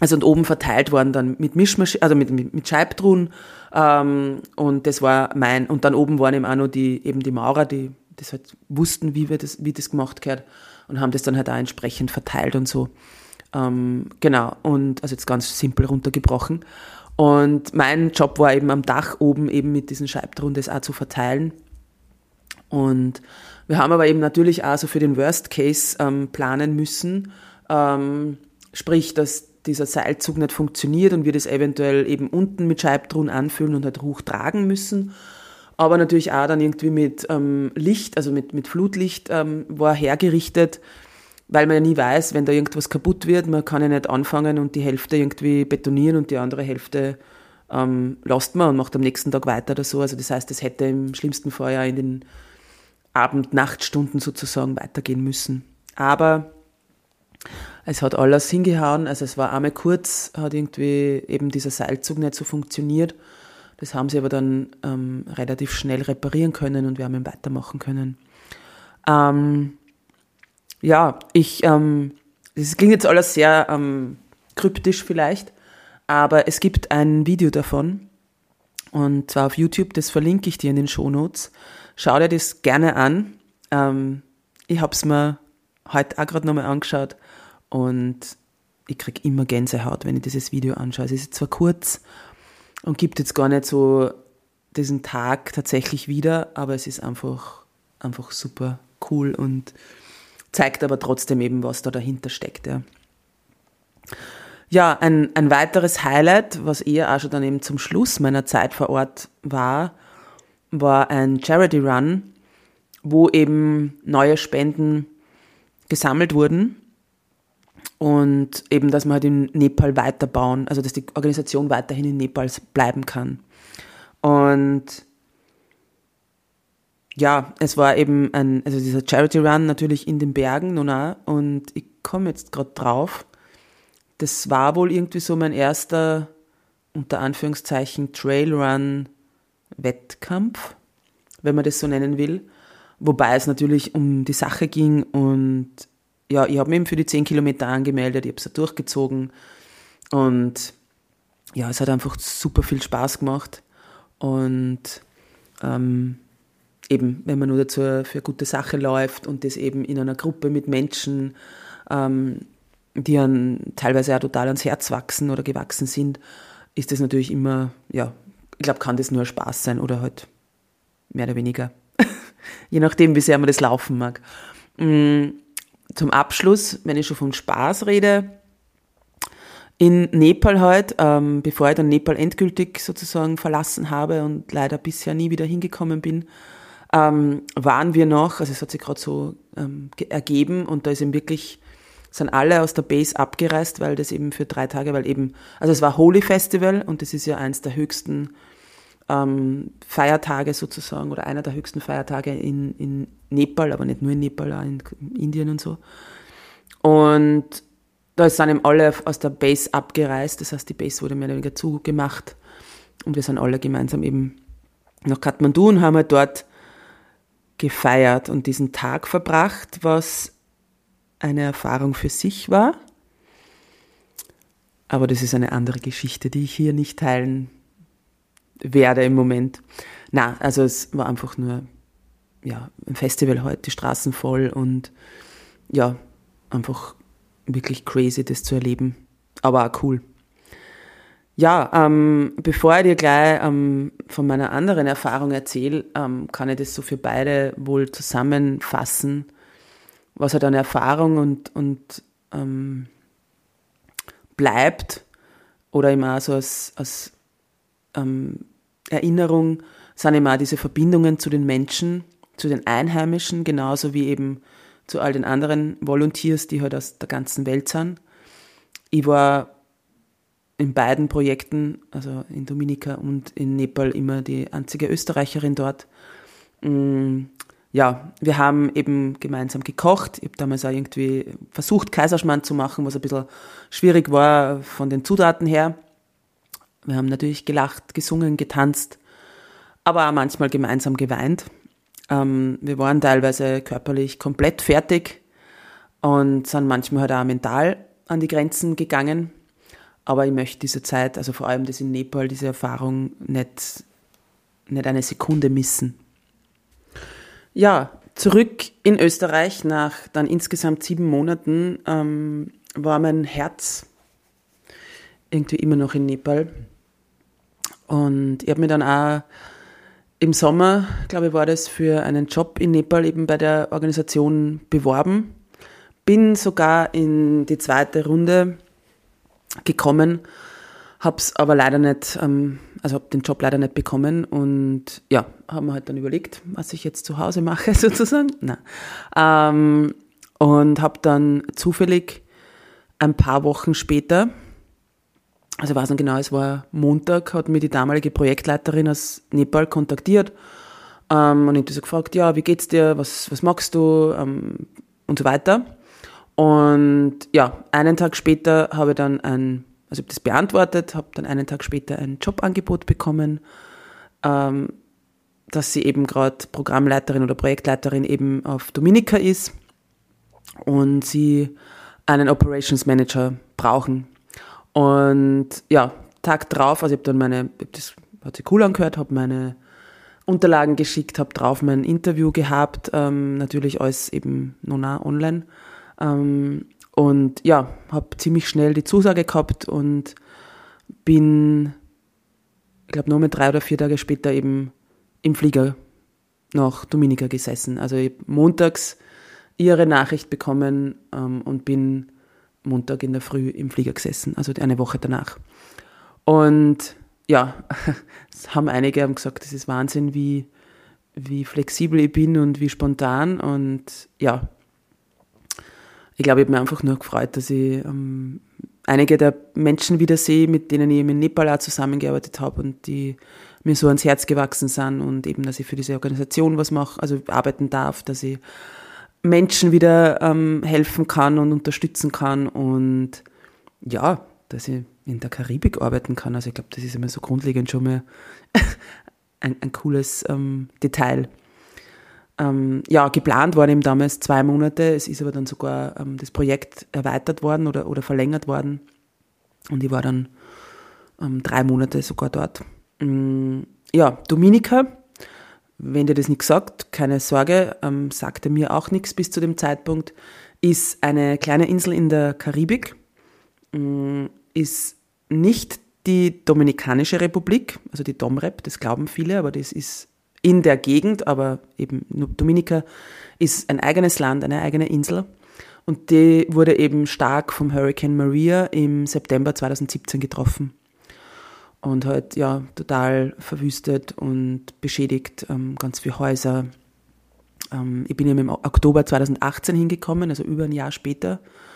Also und oben verteilt worden dann mit Mischmaschinen, also mit, mit, mit Scheibtruhen. Ähm, und das war mein, und dann oben waren eben auch noch die, eben die Maurer, die das halt wussten, wie wir das, wie das gemacht gehört und haben das dann halt auch entsprechend verteilt und so. Ähm, genau, und also jetzt ganz simpel runtergebrochen. Und mein Job war eben am Dach oben eben mit diesen Scheibtruhen das auch zu verteilen. Und wir haben aber eben natürlich auch so für den Worst Case ähm, planen müssen, ähm, sprich, dass dieser Seilzug nicht funktioniert und wir das eventuell eben unten mit Scheibtruhen anfüllen und halt hoch tragen müssen. Aber natürlich auch dann irgendwie mit ähm, Licht, also mit, mit Flutlicht ähm, war hergerichtet, weil man ja nie weiß, wenn da irgendwas kaputt wird, man kann ja nicht anfangen und die Hälfte irgendwie betonieren und die andere Hälfte ähm, lässt man und macht am nächsten Tag weiter oder so. Also das heißt, es hätte im schlimmsten Fall ja in den Abend-Nachtstunden sozusagen weitergehen müssen. Aber es hat alles hingehauen, also es war einmal kurz, hat irgendwie eben dieser Seilzug nicht so funktioniert. Das haben sie aber dann ähm, relativ schnell reparieren können und wir haben ihn weitermachen können. Ähm, ja, ich, ähm, das klingt jetzt alles sehr ähm, kryptisch vielleicht, aber es gibt ein Video davon und zwar auf YouTube, das verlinke ich dir in den Shownotes. Schau dir das gerne an. Ähm, ich habe es mir heute auch gerade nochmal angeschaut. Und ich kriege immer Gänsehaut, wenn ich dieses Video anschaue. Es ist zwar kurz und gibt jetzt gar nicht so diesen Tag tatsächlich wieder, aber es ist einfach, einfach super cool und zeigt aber trotzdem eben, was da dahinter steckt. Ja, ja ein, ein weiteres Highlight, was eher auch schon dann eben zum Schluss meiner Zeit vor Ort war, war ein Charity Run, wo eben neue Spenden gesammelt wurden. Und eben, dass wir halt in Nepal weiterbauen, also dass die Organisation weiterhin in Nepal bleiben kann. Und ja, es war eben ein, also dieser Charity Run natürlich in den Bergen, nun auch, und ich komme jetzt gerade drauf, das war wohl irgendwie so mein erster, unter Anführungszeichen, Trailrun-Wettkampf, wenn man das so nennen will, wobei es natürlich um die Sache ging und ja, ich habe mich eben für die zehn Kilometer angemeldet, ich habe es ja durchgezogen und ja, es hat einfach super viel Spaß gemacht und ähm, eben, wenn man nur dazu für eine gute Sache läuft und das eben in einer Gruppe mit Menschen, ähm, die einem teilweise auch total ans Herz wachsen oder gewachsen sind, ist das natürlich immer, ja, ich glaube, kann das nur Spaß sein oder halt mehr oder weniger, je nachdem, wie sehr man das laufen mag. Mhm. Zum Abschluss, wenn ich schon vom Spaß rede, in Nepal halt, ähm, bevor ich dann Nepal endgültig sozusagen verlassen habe und leider bisher nie wieder hingekommen bin, ähm, waren wir noch, also es hat sich gerade so ähm, ergeben und da ist eben wirklich, sind alle aus der Base abgereist, weil das eben für drei Tage, weil eben, also es war Holi Festival und das ist ja eins der höchsten ähm, Feiertage sozusagen oder einer der höchsten Feiertage in, in Nepal, aber nicht nur in Nepal, auch in Indien und so. Und da sind eben alle aus der Base abgereist, das heißt, die Base wurde mehr oder weniger zugemacht und wir sind alle gemeinsam eben nach Kathmandu und haben halt dort gefeiert und diesen Tag verbracht, was eine Erfahrung für sich war. Aber das ist eine andere Geschichte, die ich hier nicht teilen werde im Moment. Na, also es war einfach nur ja, ein Festival heute, die Straßen voll und ja, einfach wirklich crazy, das zu erleben. Aber auch cool. Ja, ähm, bevor ich dir gleich ähm, von meiner anderen Erfahrung erzähle, ähm, kann ich das so für beide wohl zusammenfassen, was halt eine Erfahrung und, und ähm, bleibt oder immer so als, als ähm, Erinnerung sind immer auch diese Verbindungen zu den Menschen, zu den Einheimischen, genauso wie eben zu all den anderen Volunteers, die halt aus der ganzen Welt sind. Ich war in beiden Projekten, also in Dominica und in Nepal, immer die einzige Österreicherin dort. Ja, wir haben eben gemeinsam gekocht. Ich habe damals auch irgendwie versucht, Kaiserschmarrn zu machen, was ein bisschen schwierig war von den Zutaten her. Wir haben natürlich gelacht, gesungen, getanzt, aber auch manchmal gemeinsam geweint. Ähm, wir waren teilweise körperlich komplett fertig und sind manchmal halt auch mental an die Grenzen gegangen. Aber ich möchte diese Zeit, also vor allem das in Nepal, diese Erfahrung nicht, nicht eine Sekunde missen. Ja, zurück in Österreich nach dann insgesamt sieben Monaten ähm, war mein Herz irgendwie immer noch in Nepal. Und ich habe mich dann auch im Sommer, glaube ich, war das für einen Job in Nepal eben bei der Organisation beworben. Bin sogar in die zweite Runde gekommen, habe es aber leider nicht, ähm, also habe den Job leider nicht bekommen und ja, haben wir halt dann überlegt, was ich jetzt zu Hause mache sozusagen. Nein. Ähm, und habe dann zufällig ein paar Wochen später, also ich weiß noch genau, es war Montag, hat mir die damalige Projektleiterin aus Nepal kontaktiert ähm, und ich habe so gefragt, ja, wie geht's dir, was, was magst du ähm, und so weiter. Und ja, einen Tag später habe ich dann ein, also ich habe das beantwortet, habe dann einen Tag später ein Jobangebot bekommen, ähm, dass sie eben gerade Programmleiterin oder Projektleiterin eben auf Dominica ist und sie einen Operations Manager brauchen. Und ja, Tag drauf, also ich habe dann meine, das hat sich cool angehört, habe meine Unterlagen geschickt, habe drauf mein Interview gehabt, ähm, natürlich alles eben noch nah online. Ähm, und ja, habe ziemlich schnell die Zusage gehabt und bin, ich glaube, nur mit drei oder vier Tage später eben im Flieger nach Dominica gesessen. Also ich habe montags ihre Nachricht bekommen ähm, und bin Montag in der Früh im Flieger gesessen, also eine Woche danach. Und ja, es haben einige haben gesagt, das ist Wahnsinn, wie, wie flexibel ich bin und wie spontan. Und ja, ich glaube, ich habe mich einfach nur gefreut, dass ich ähm, einige der Menschen wieder sehe, mit denen ich eben in Nepal auch zusammengearbeitet habe und die mir so ans Herz gewachsen sind und eben, dass ich für diese Organisation was mache, also arbeiten darf, dass ich Menschen wieder ähm, helfen kann und unterstützen kann und ja, dass ich in der Karibik arbeiten kann. Also ich glaube, das ist immer so grundlegend schon mal ein, ein cooles ähm, Detail. Ähm, ja, geplant waren eben damals zwei Monate, es ist aber dann sogar ähm, das Projekt erweitert worden oder, oder verlängert worden und ich war dann ähm, drei Monate sogar dort. Ähm, ja, Dominica, wenn dir das nicht sagt, keine Sorge, ähm, sagte mir auch nichts bis zu dem Zeitpunkt, ist eine kleine Insel in der Karibik, ähm, ist nicht die Dominikanische Republik, also die Domrep, das glauben viele, aber das ist in der Gegend, aber eben Dominica ist ein eigenes Land, eine eigene Insel und die wurde eben stark vom Hurricane Maria im September zweitausendsiebzehn getroffen. Und halt, ja, total verwüstet und beschädigt, ähm, ganz viele Häuser. Ähm, ich bin eben im Oktober zweitausendachtzehn hingekommen, also über ein Jahr später.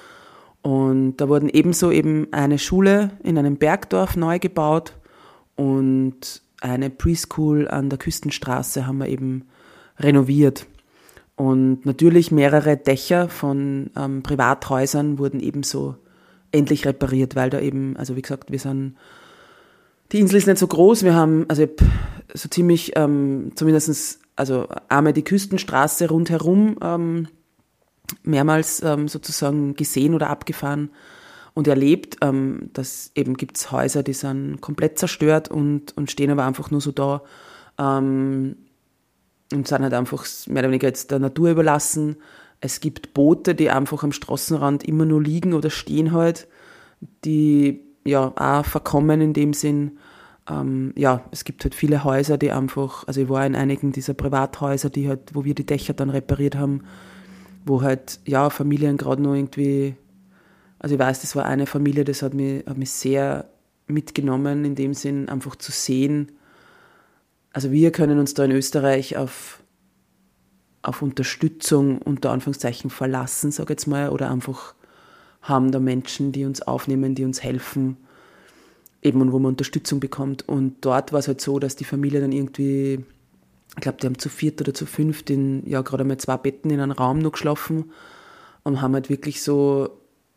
Und da wurden ebenso eben eine Schule in einem Bergdorf neu gebaut und eine Preschool an der Küstenstraße haben wir eben renoviert. Und natürlich mehrere Dächer von ähm, Privathäusern wurden ebenso endlich repariert, weil da eben, also wie gesagt, wir sind die Insel ist nicht so groß, wir haben also so ziemlich, ähm, zumindest also einmal die Küstenstraße rundherum ähm, mehrmals ähm, sozusagen gesehen oder abgefahren und erlebt. Ähm, das eben gibt's Häuser, die sind komplett zerstört und, und stehen aber einfach nur so da ähm, und sind halt einfach mehr oder weniger jetzt der Natur überlassen. Es gibt Boote, die einfach am Straßenrand immer nur liegen oder stehen halt, die ja auch verkommen in dem Sinn. Ähm, ja, es gibt halt viele Häuser, die einfach, also ich war in einigen dieser Privathäuser, die halt, wo wir die Dächer dann repariert haben, wo halt, ja, Familien gerade nur irgendwie, also ich weiß, das war eine Familie, das hat mich, hat mich sehr mitgenommen, in dem Sinn einfach zu sehen, also wir können uns da in Österreich auf, auf Unterstützung unter Anführungszeichen verlassen, sag ich jetzt mal, oder einfach haben da Menschen, die uns aufnehmen, die uns helfen, eben und wo man Unterstützung bekommt. Und dort war es halt so, dass die Familie dann irgendwie, ich glaube, die haben zu viert oder zu fünft in, ja, gerade einmal zwei Betten in einem Raum noch geschlafen und haben halt wirklich so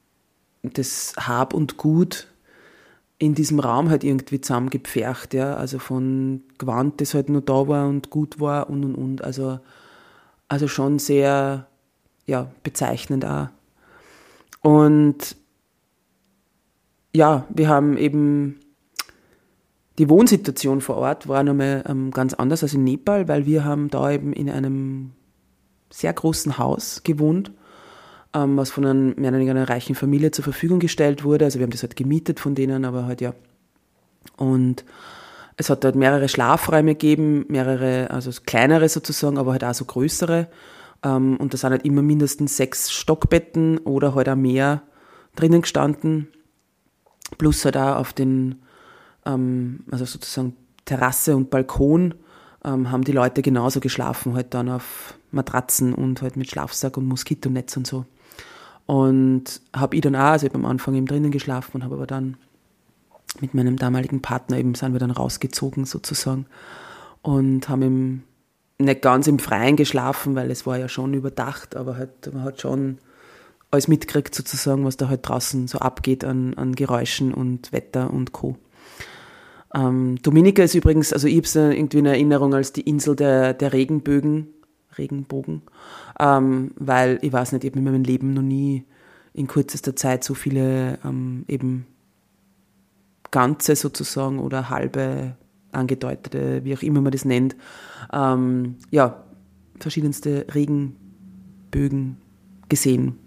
das Hab und Gut in diesem Raum halt irgendwie zusammengepfercht, ja, also von Gewand, das halt nur da war und gut war und und und, also, also schon sehr, ja, bezeichnend auch. Und ja, wir haben eben, die Wohnsituation vor Ort war nochmal ähm, ganz anders als in Nepal, weil wir haben da eben in einem sehr großen Haus gewohnt, ähm, was von einer, mehr oder weniger einer reichen Familie zur Verfügung gestellt wurde. Also wir haben das halt gemietet von denen, aber halt ja. Und es hat halt mehrere Schlafräume gegeben, mehrere, also kleinere sozusagen, aber halt auch so größere. Ähm, und da sind halt immer mindestens sechs Stockbetten oder halt auch mehr drinnen gestanden. Plus halt auch auf den, ähm, also sozusagen Terrasse und Balkon, ähm, haben die Leute genauso geschlafen, halt dann auf Matratzen und halt mit Schlafsack und Moskitonetz und so. Und habe ich dann auch, also ich habe am Anfang eben drinnen geschlafen und habe aber dann mit meinem damaligen Partner eben, sind wir dann rausgezogen sozusagen und haben eben nicht ganz im Freien geschlafen, weil es war ja schon überdacht, aber halt, man hat schon alles mitgekriegt sozusagen, was da halt draußen so abgeht an, an Geräuschen und Wetter und Co. Ähm, Dominica ist übrigens, also ich habe es irgendwie in Erinnerung als die Insel der, der Regenbögen, Regenbogen, ähm, weil ich weiß nicht, ich habe in meinem Leben noch nie in kürzester Zeit so viele ähm, eben ganze sozusagen oder halbe angedeutete, wie auch immer man das nennt, ähm, ja, verschiedenste Regenbögen gesehen.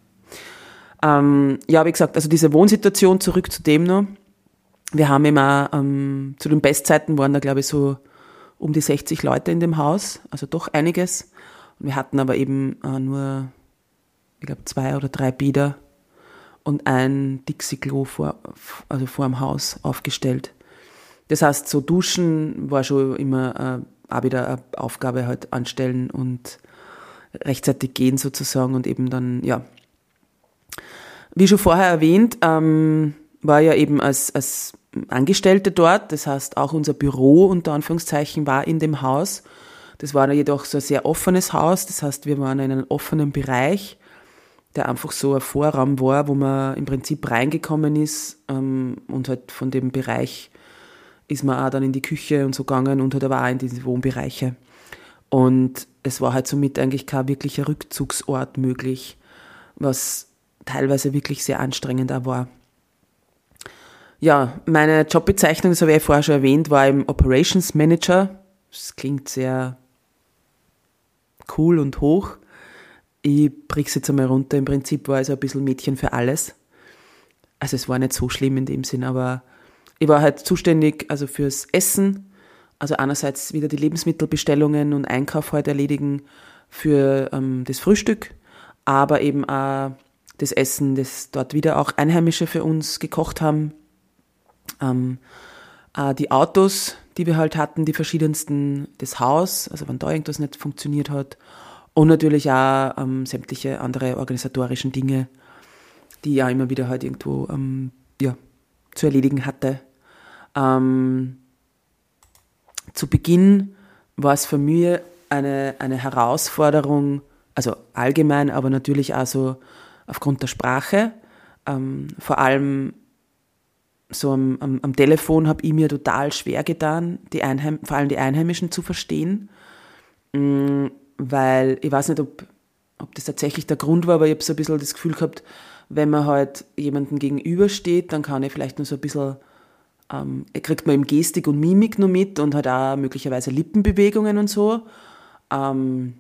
Ähm, ja, wie gesagt, also diese Wohnsituation, zurück zu dem noch. Wir haben immer, ähm, zu den Bestzeiten waren da glaube ich so um die sechzig Leute in dem Haus, also doch einiges. Und wir hatten aber eben äh, nur, ich glaube, zwei oder drei Bäder und ein Dixie-Klo vor, also vor dem Haus aufgestellt. Das heißt, so Duschen war schon immer äh, auch wieder eine Aufgabe halt anstellen und rechtzeitig gehen sozusagen und eben dann, ja. Wie schon vorher erwähnt, ähm, war ja eben als, als Angestellte dort, das heißt auch unser Büro unter Anführungszeichen war in dem Haus. Das war jedoch so ein sehr offenes Haus, das heißt, wir waren in einem offenen Bereich, der einfach so ein Vorraum war, wo man im Prinzip reingekommen ist ähm, und halt von dem Bereich ist man auch dann in die Küche und so gegangen und halt aber auch in diese Wohnbereiche. Und es war halt somit eigentlich kein wirklicher Rückzugsort möglich, was teilweise wirklich sehr anstrengend auch war. Ja, meine Jobbezeichnung, das habe ich vorher schon erwähnt, war im Operations Manager. Das klingt sehr cool und hoch. Ich brich's jetzt einmal runter. Im Prinzip war ich so ein bisschen Mädchen für alles. Also es war nicht so schlimm in dem Sinn, aber ich war halt zuständig also fürs Essen. Also einerseits wieder die Lebensmittelbestellungen und Einkauf halt erledigen für ähm, das Frühstück, aber eben auch das Essen, das dort wieder auch Einheimische für uns gekocht haben. Ähm, äh, die Autos, die wir halt hatten, die verschiedensten, das Haus, also wenn da irgendwas nicht funktioniert hat. Und natürlich auch ähm, sämtliche andere organisatorischen Dinge, die ich ja immer wieder halt irgendwo ähm, ja, zu erledigen hatte. Ähm, zu Beginn war es für mich eine, eine Herausforderung, also allgemein, aber natürlich auch so aufgrund der Sprache. Ähm, vor allem so am, am, am Telefon habe ich mir total schwer getan, die Einheim, vor allem die Einheimischen zu verstehen. Mm, weil ich weiß nicht, ob, ob das tatsächlich der Grund war, aber ich habe so ein bisschen das Gefühl gehabt, wenn man halt jemandem gegenübersteht, dann kann ich vielleicht nur so ein bisschen, ähm, kriegt man eben Gestik und Mimik nur mit und halt auch möglicherweise Lippenbewegungen und so. Ähm,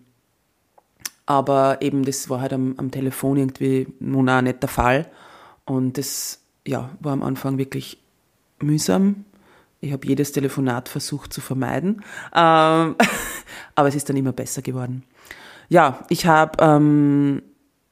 aber eben das war halt am, am Telefon irgendwie nun auch nicht der Fall. Und das ja, war am Anfang wirklich mühsam. Ich habe jedes Telefonat versucht zu vermeiden, ähm, aber es ist dann immer besser geworden. Ja, ich habe ähm,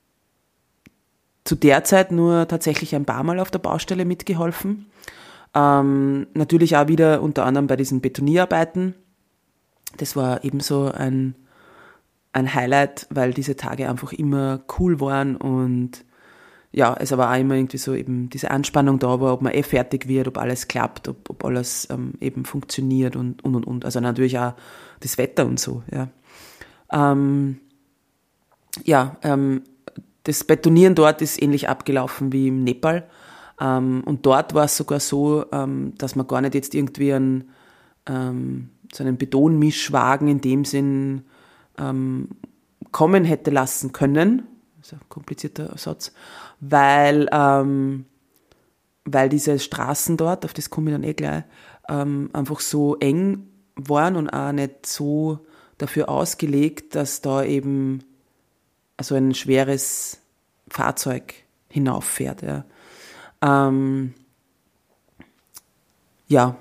zu der Zeit nur tatsächlich ein paar Mal auf der Baustelle mitgeholfen. Ähm, natürlich auch wieder unter anderem bei diesen Betonierarbeiten. Das war ebenso ein, ein Highlight, weil diese Tage einfach immer cool waren und ja, es aber auch immer irgendwie so eben diese Anspannung da war, ob man eh fertig wird, ob alles klappt, ob, ob alles ähm, eben funktioniert und, und, und, und. Also natürlich auch das Wetter und so, ja. Ähm, ja, ähm, das Betonieren dort ist ähnlich abgelaufen wie im Nepal. Ähm, und dort war es sogar so, ähm, dass man gar nicht jetzt irgendwie einen, ähm, so einen Betonmischwagen in dem Sinn ähm, kommen hätte lassen können. Das ist ein komplizierter Satz, weil ähm, weil diese Straßen dort, auf das komme ich dann eh gleich, ähm, einfach so eng waren und auch nicht so dafür ausgelegt, dass da eben so ein schweres Fahrzeug hinauffährt. Ja, ähm, ja.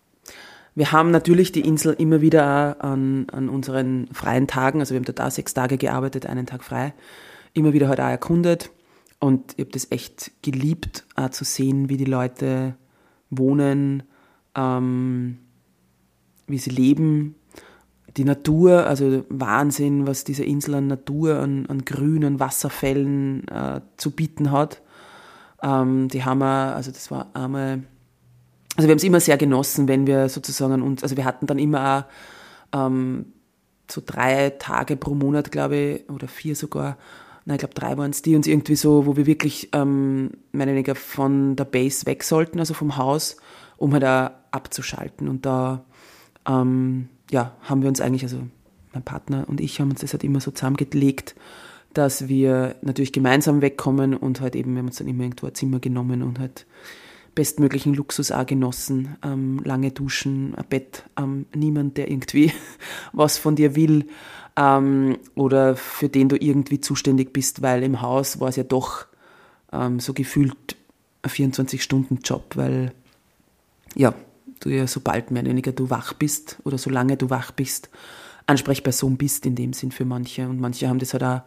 Wir haben natürlich die Insel immer wieder auch an, an unseren freien Tagen, also wir haben dort auch sechs Tage gearbeitet, einen Tag frei, immer wieder halt auch erkundet. Und ich habe das echt geliebt, auch zu sehen, wie die Leute wohnen, ähm, wie sie leben. Die Natur, also Wahnsinn, was diese Insel an Natur, an, an Grün, an Wasserfällen äh, zu bieten hat. Ähm, die haben wir, also das war einmal... Also wir haben es immer sehr genossen, wenn wir sozusagen an uns, also wir hatten dann immer auch ähm, so drei Tage pro Monat, glaube ich, oder vier sogar, nein, ich glaube drei waren es, die uns irgendwie so, wo wir wirklich ähm, mehr oder weniger von der Base weg sollten, also vom Haus, um halt auch abzuschalten. Und da ähm, ja, haben wir uns eigentlich, also mein Partner und ich haben uns das halt immer so zusammengelegt, dass wir natürlich gemeinsam wegkommen und halt eben, wir haben uns dann immer irgendwo ein Zimmer genommen und halt bestmöglichen Luxus auch genossen, ähm, lange Duschen, ein Bett, ähm, niemand, der irgendwie was von dir will ähm, oder für den du irgendwie zuständig bist, weil im Haus war es ja doch ähm, so gefühlt ein vierundzwanzig-Stunden-Job, weil ja, du ja sobald mehr oder weniger du wach bist oder solange du wach bist, Ansprechperson bist in dem Sinn für manche und manche haben das halt auch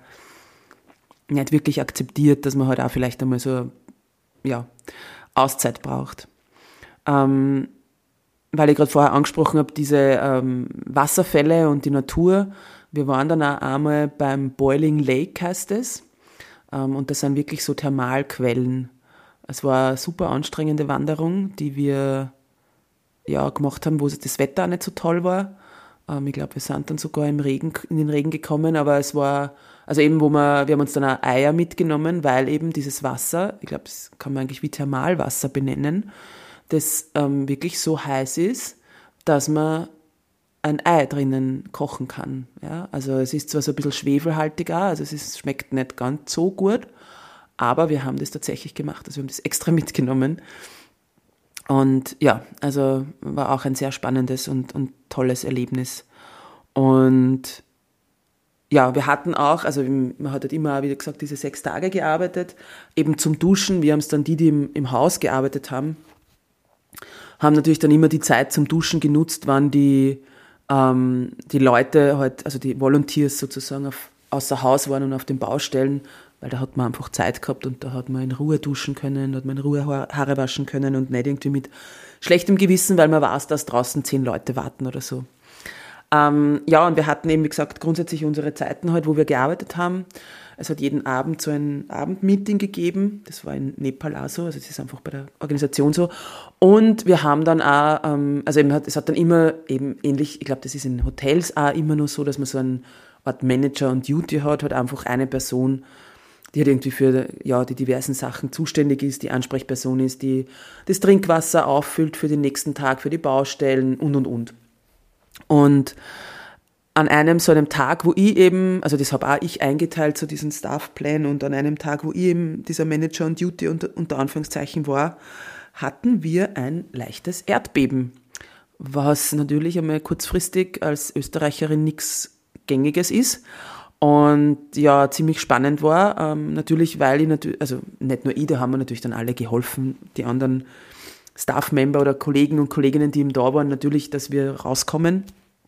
nicht wirklich akzeptiert, dass man halt auch vielleicht einmal so, ja, Auszeit braucht. Ähm, weil ich gerade vorher angesprochen habe, diese ähm, Wasserfälle und die Natur. Wir waren dann auch einmal beim Boiling Lake, heißt es. Ähm, und das sind wirklich so Thermalquellen. Es war eine super anstrengende Wanderung, die wir ja, gemacht haben, wo das Wetter auch nicht so toll war. Ähm, ich glaube, wir sind dann sogar im Regen, in den Regen gekommen, aber es war, also eben, wo wir, wir haben uns dann auch Eier mitgenommen, weil eben dieses Wasser, ich glaube, das kann man eigentlich wie Thermalwasser benennen, das ähm, wirklich so heiß ist, dass man ein Ei drinnen kochen kann. Ja? Also es ist zwar so ein bisschen schwefelhaltiger, also es ist, schmeckt nicht ganz so gut, aber wir haben das tatsächlich gemacht, also wir haben das extra mitgenommen. Und ja, also war auch ein sehr spannendes und, und tolles Erlebnis. Und ja, wir hatten auch, also man hat halt immer, wie gesagt, diese sechs Tage gearbeitet, eben zum Duschen. Wir haben es dann, die, die im, im Haus gearbeitet haben, haben natürlich dann immer die Zeit zum Duschen genutzt, wann die, ähm, die Leute halt, also die Volunteers sozusagen auf, außer Haus waren und auf den Baustellen, weil da hat man einfach Zeit gehabt und da hat man in Ruhe duschen können, da hat man in Ruhe Haare waschen können und nicht irgendwie mit schlechtem Gewissen, weil man weiß, dass draußen zehn Leute warten oder so. Ähm, ja, und wir hatten eben, wie gesagt, grundsätzlich unsere Zeiten halt, wo wir gearbeitet haben. Es hat jeden Abend so ein Abendmeeting gegeben, das war in Nepal auch so, also das ist einfach bei der Organisation so. Und wir haben dann auch, ähm, also eben hat, es hat dann immer eben ähnlich, ich glaube, das ist in Hotels auch immer nur so, dass man so eine Art Manager und Duty hat, halt einfach eine Person, die halt irgendwie für ja, die diversen Sachen zuständig ist, die Ansprechperson ist, die das Trinkwasser auffüllt für den nächsten Tag, für die Baustellen und, und, und. Und an einem so einem Tag, wo ich eben, also das habe auch ich eingeteilt, so diesen Staffplan, und an einem Tag, wo ich eben dieser Manager und Duty unter, unter Anführungszeichen war, hatten wir ein leichtes Erdbeben, was natürlich einmal kurzfristig als Österreicherin nichts Gängiges ist. Und ja, ziemlich spannend war, ähm, natürlich, weil ich natürlich, also nicht nur ich, da haben wir natürlich dann alle geholfen, die anderen Staff-Member oder Kollegen und Kolleginnen, die eben da waren, natürlich, dass wir rauskommen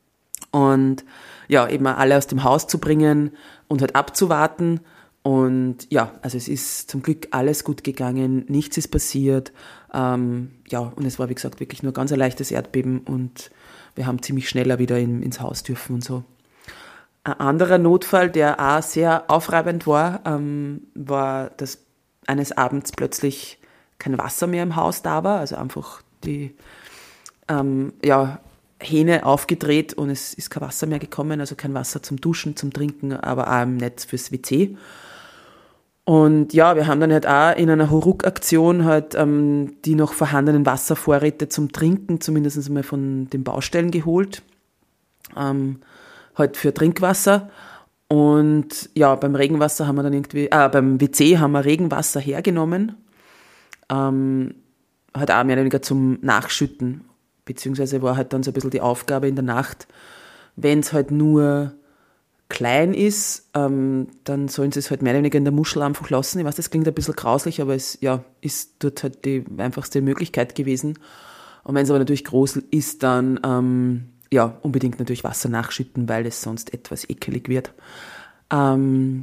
und ja, eben alle aus dem Haus zu bringen und halt abzuwarten. Und ja, also es ist zum Glück alles gut gegangen, nichts ist passiert. Ähm, ja, und es war, wie gesagt, wirklich nur ganz ein leichtes Erdbeben und wir haben ziemlich schneller wieder in, ins Haus dürfen und so. Ein anderer Notfall, der auch sehr aufreibend war, ähm, war, dass eines Abends plötzlich kein Wasser mehr im Haus da war, also einfach die ähm, ja, Hähne aufgedreht und es ist kein Wasser mehr gekommen, also kein Wasser zum Duschen, zum Trinken, aber auch im Netz fürs W C. Und ja, wir haben dann halt auch in einer Hauruck-Aktion halt ähm, die noch vorhandenen Wasservorräte zum Trinken zumindest einmal von den Baustellen geholt. Ähm, halt für Trinkwasser. Und ja, beim Regenwasser haben wir dann irgendwie, ah, beim W C haben wir Regenwasser hergenommen. Ähm, halt auch mehr oder weniger zum Nachschütten, beziehungsweise war halt dann so ein bisschen die Aufgabe in der Nacht, wenn es halt nur klein ist, ähm, dann sollen sie es halt mehr oder weniger in der Muschel einfach lassen. Ich weiß, das klingt ein bisschen grauslich, aber es ja, ist dort halt die einfachste Möglichkeit gewesen. Und wenn es aber natürlich groß ist, dann ähm, ja, unbedingt natürlich Wasser nachschütten, weil es sonst etwas ekelig wird. Ähm,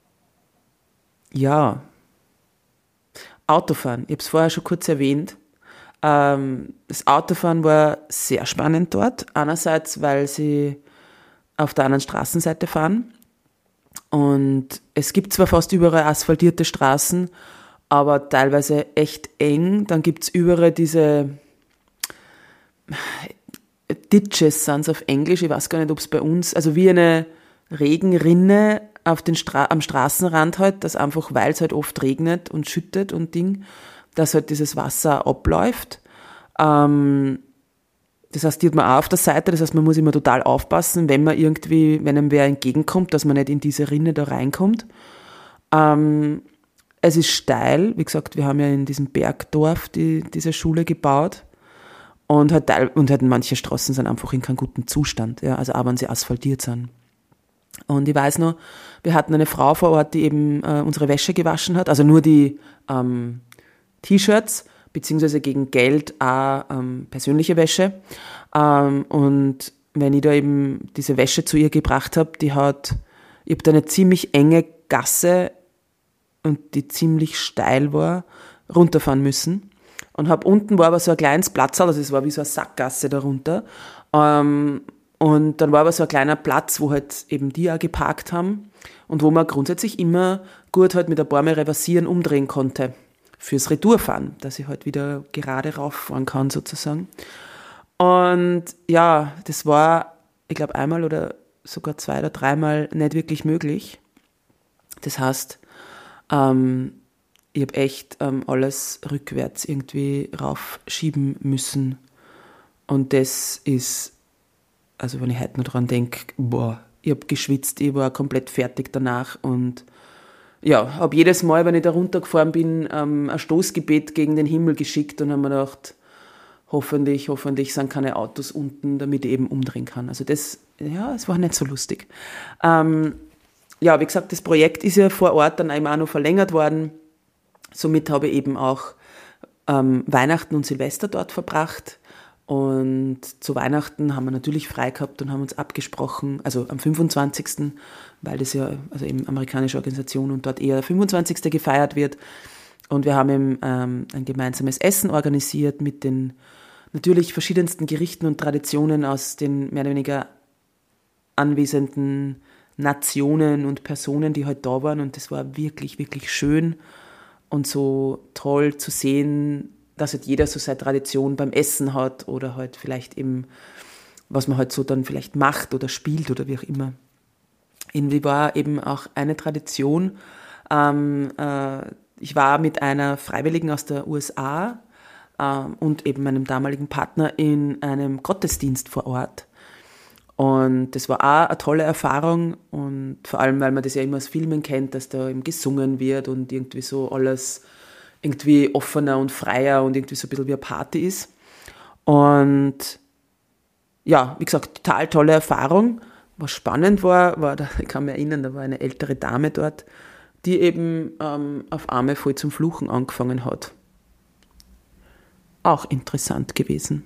ja, Autofahren, ich habe es vorher schon kurz erwähnt. Ähm, das Autofahren war sehr spannend dort. Einerseits, weil sie auf der anderen Straßenseite fahren. Und es gibt zwar fast überall asphaltierte Straßen, aber teilweise echt eng. Dann gibt es überall diese Ditches, sind es auf Englisch. Ich weiß gar nicht, ob es bei uns, also wie eine Regenrinne auf den Stra- am Straßenrand halt, dass einfach, weil es halt oft regnet und schüttet und Ding, dass halt dieses Wasser abläuft. Ähm, das heißt, die hat man auch auf der Seite, das heißt, man muss immer total aufpassen, wenn man irgendwie, wenn einem wer entgegenkommt, dass man nicht in diese Rinne da reinkommt. Ähm, es ist steil, wie gesagt, wir haben ja in diesem Bergdorf die, diese Schule gebaut und halt, und halt manche Straßen sind einfach in keinem guten Zustand, ja, also auch wenn sie asphaltiert sind. Und ich weiß noch, wir hatten eine Frau vor Ort, die eben äh, unsere Wäsche gewaschen hat, also nur die ähm, T-Shirts, beziehungsweise gegen Geld auch ähm, persönliche Wäsche. Ähm, und wenn ich da eben diese Wäsche zu ihr gebracht habe, die hat, ich habe da eine ziemlich enge Gasse und die ziemlich steil war, runterfahren müssen. Und hab unten war aber so ein kleines Platz, also es war wie so eine Sackgasse darunter. Ähm, und dann war aber so ein kleiner Platz, wo halt eben die auch geparkt haben und wo man grundsätzlich immer gut halt mit ein paar Mal reversieren, umdrehen konnte. Fürs Retourfahren, dass ich halt wieder gerade rauffahren kann sozusagen. Und ja, das war, ich glaube, einmal oder sogar zwei oder dreimal nicht wirklich möglich. Das heißt, ähm, ich habe echt ähm, alles rückwärts irgendwie raufschieben müssen. Und das ist, also wenn ich heute noch dran denke, boah, ich habe geschwitzt, ich war komplett fertig danach und ja, habe jedes Mal, wenn ich da runtergefahren bin, ähm, ein Stoßgebet gegen den Himmel geschickt und habe mir gedacht, hoffentlich, hoffentlich sind keine Autos unten, damit ich eben umdrehen kann. Also das, ja, es war nicht so lustig. Ähm, ja, wie gesagt, das Projekt ist ja vor Ort dann einmal auch noch verlängert worden. Somit habe ich eben auch ähm, Weihnachten und Silvester dort verbracht. Und zu Weihnachten haben wir natürlich frei gehabt und haben uns abgesprochen, also am fünfundzwanzigsten, weil das ja also eben amerikanische Organisation und dort eher der fünfundzwanzigste gefeiert wird. Und wir haben eben ähm, ein gemeinsames Essen organisiert mit den natürlich verschiedensten Gerichten und Traditionen aus den mehr oder weniger anwesenden Nationen und Personen, die halt da waren. Und das war wirklich, wirklich schön und so toll zu sehen, dass halt jeder so seine Tradition beim Essen hat oder halt vielleicht eben, was man halt so dann vielleicht macht oder spielt oder wie auch immer. Irgendwie war eben auch eine Tradition, ähm, äh, ich war mit einer Freiwilligen aus der U S A ähm, und eben meinem damaligen Partner in einem Gottesdienst vor Ort. Und das war auch eine tolle Erfahrung und vor allem, weil man das ja immer aus Filmen kennt, dass da eben gesungen wird und irgendwie so alles irgendwie offener und freier und irgendwie so ein bisschen wie eine Party ist. Und ja, wie gesagt, total tolle Erfahrung. Was spannend war, war, ich kann mich erinnern, da war eine ältere Dame dort, die eben ähm, auf einmal voll zum Fluchen angefangen hat. Auch interessant gewesen.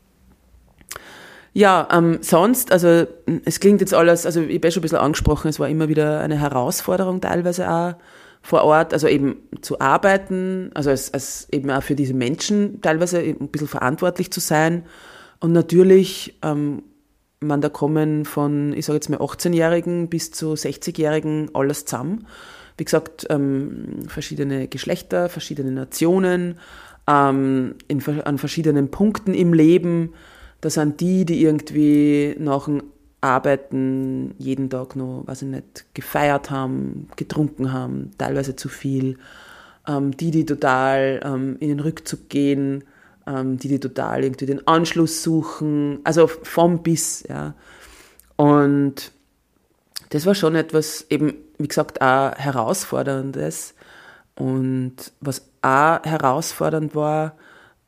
Ja, ähm, sonst, also es klingt jetzt alles, also ich habe ja schon ein bisschen angesprochen, es war immer wieder eine Herausforderung teilweise auch vor Ort, also eben zu arbeiten, also als, als eben auch für diese Menschen teilweise ein bisschen verantwortlich zu sein. Und natürlich, ähm, man, da kommen von, ich sage jetzt mal achtzehnjährigen bis zu sechzigjährigen alles zusammen. Wie gesagt, ähm, verschiedene Geschlechter, verschiedene Nationen, ähm, in, an verschiedenen Punkten im Leben. Da sind die, die irgendwie nach dem Arbeiten jeden Tag noch, weiß ich nicht, gefeiert haben, getrunken haben, teilweise zu viel. Ähm, die, die total ähm, in den Rückzug gehen, ähm, die, die total irgendwie den Anschluss suchen, also vom bis, ja. Und das war schon etwas, eben, wie gesagt, auch Herausforderndes. Und was auch herausfordernd war,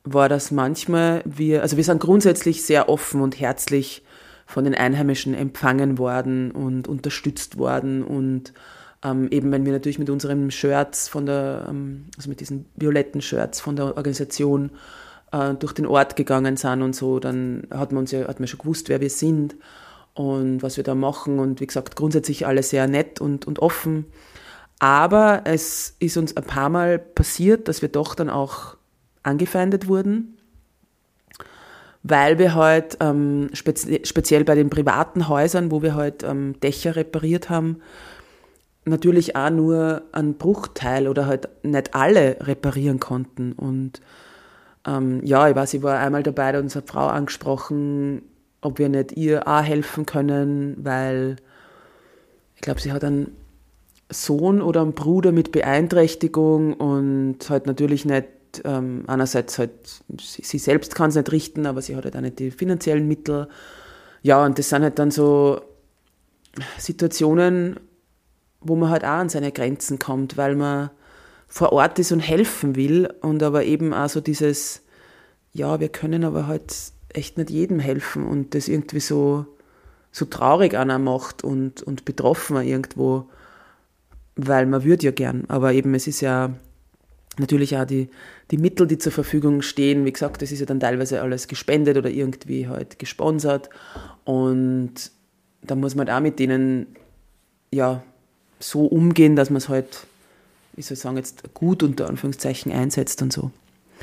war das manchmal, wir, also wir sind grundsätzlich sehr offen und herzlich von den Einheimischen empfangen worden und unterstützt worden und ähm, eben wenn wir natürlich mit unseren Shirts von der, ähm, also mit diesen violetten Shirts von der Organisation äh, durch den Ort gegangen sind und so, dann hat man uns ja, hat man schon gewusst, wer wir sind und was wir da machen und wie gesagt, grundsätzlich alle sehr nett und, und offen. Aber es ist uns ein paar Mal passiert, dass wir doch dann auch angefeindet wurden, weil wir halt ähm, spezi- speziell bei den privaten Häusern, wo wir halt ähm, Dächer repariert haben, natürlich auch nur einen Bruchteil oder halt nicht alle reparieren konnten. Und ähm, ja, ich weiß, ich war einmal dabei, da hat uns eine Frau angesprochen, ob wir nicht ihr auch helfen können, weil ich glaube, sie hat einen Sohn oder einen Bruder mit Beeinträchtigung und halt natürlich nicht, ähm, einerseits halt, sie, sie selbst kann es nicht richten, aber sie hat halt auch nicht die finanziellen Mittel. Ja, und das sind halt dann so Situationen, wo man halt auch an seine Grenzen kommt, weil man vor Ort ist und helfen will und aber eben auch so dieses, ja, wir können aber halt echt nicht jedem helfen und das irgendwie so, so traurig an einem macht und, und betroffen irgendwo, weil man würde ja gern, aber eben es ist ja natürlich auch die, die Mittel, die zur Verfügung stehen, wie gesagt, das ist ja dann teilweise alles gespendet oder irgendwie halt gesponsert und da muss man halt auch mit denen ja so umgehen, dass man es halt, ich soll sagen, jetzt gut unter Anführungszeichen einsetzt und so.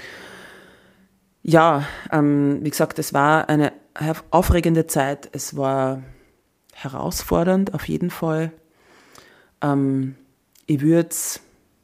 Ja, ähm, wie gesagt, es war eine aufregende Zeit, es war herausfordernd auf jeden Fall. Ähm, ich würde es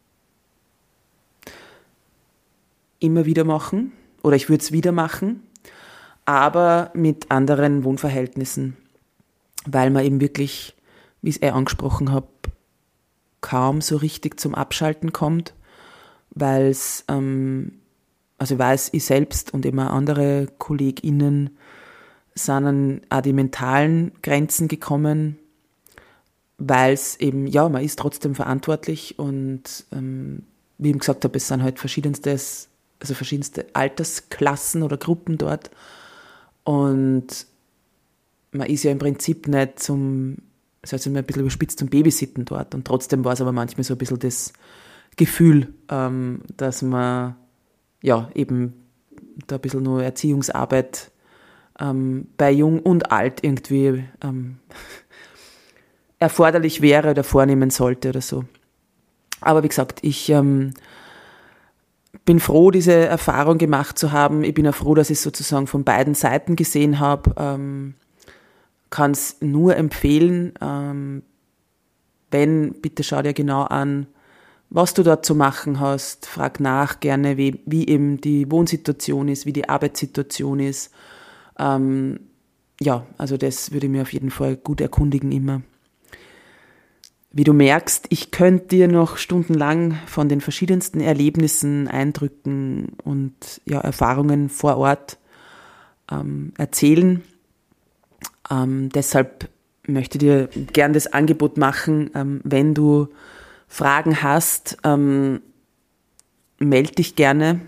immer wieder machen oder ich würde es wieder machen, aber mit anderen Wohnverhältnissen, weil man eben wirklich, wie ich es eh angesprochen habe, kaum so richtig zum Abschalten kommt, weil es, ähm, also ich weiß, ich selbst und immer andere KollegInnen sind an auch die mentalen Grenzen gekommen, weil es eben, ja, man ist trotzdem verantwortlich und ähm, wie ich eben gesagt habe, es sind halt verschiedenstes, also verschiedenste Altersklassen oder Gruppen dort und man ist ja im Prinzip nicht zum, das heißt immer ein bisschen überspitzt, zum Babysitten dort und trotzdem war es aber manchmal so ein bisschen das Gefühl, ähm, dass man ja eben da ein bisschen nur Erziehungsarbeit ähm, bei Jung und Alt irgendwie ähm, erforderlich wäre oder vornehmen sollte oder so. Aber wie gesagt, ich ähm, bin froh, diese Erfahrung gemacht zu haben. Ich bin auch froh, dass ich es sozusagen von beiden Seiten gesehen habe. Ähm, kann es nur empfehlen, ähm, wenn, bitte schau dir genau an, was du dort zu machen hast. Frag nach gerne, wie, wie eben die Wohnsituation ist, wie die Arbeitssituation ist. Ähm, ja, also das würde ich mir auf jeden Fall gut erkundigen immer. Wie du merkst, ich könnte dir noch stundenlang von den verschiedensten Erlebnissen, Eindrücken und ja, Erfahrungen vor Ort ähm, erzählen. Ähm, deshalb möchte ich dir gern das Angebot machen, ähm, wenn du Fragen hast, ähm, melde dich gerne.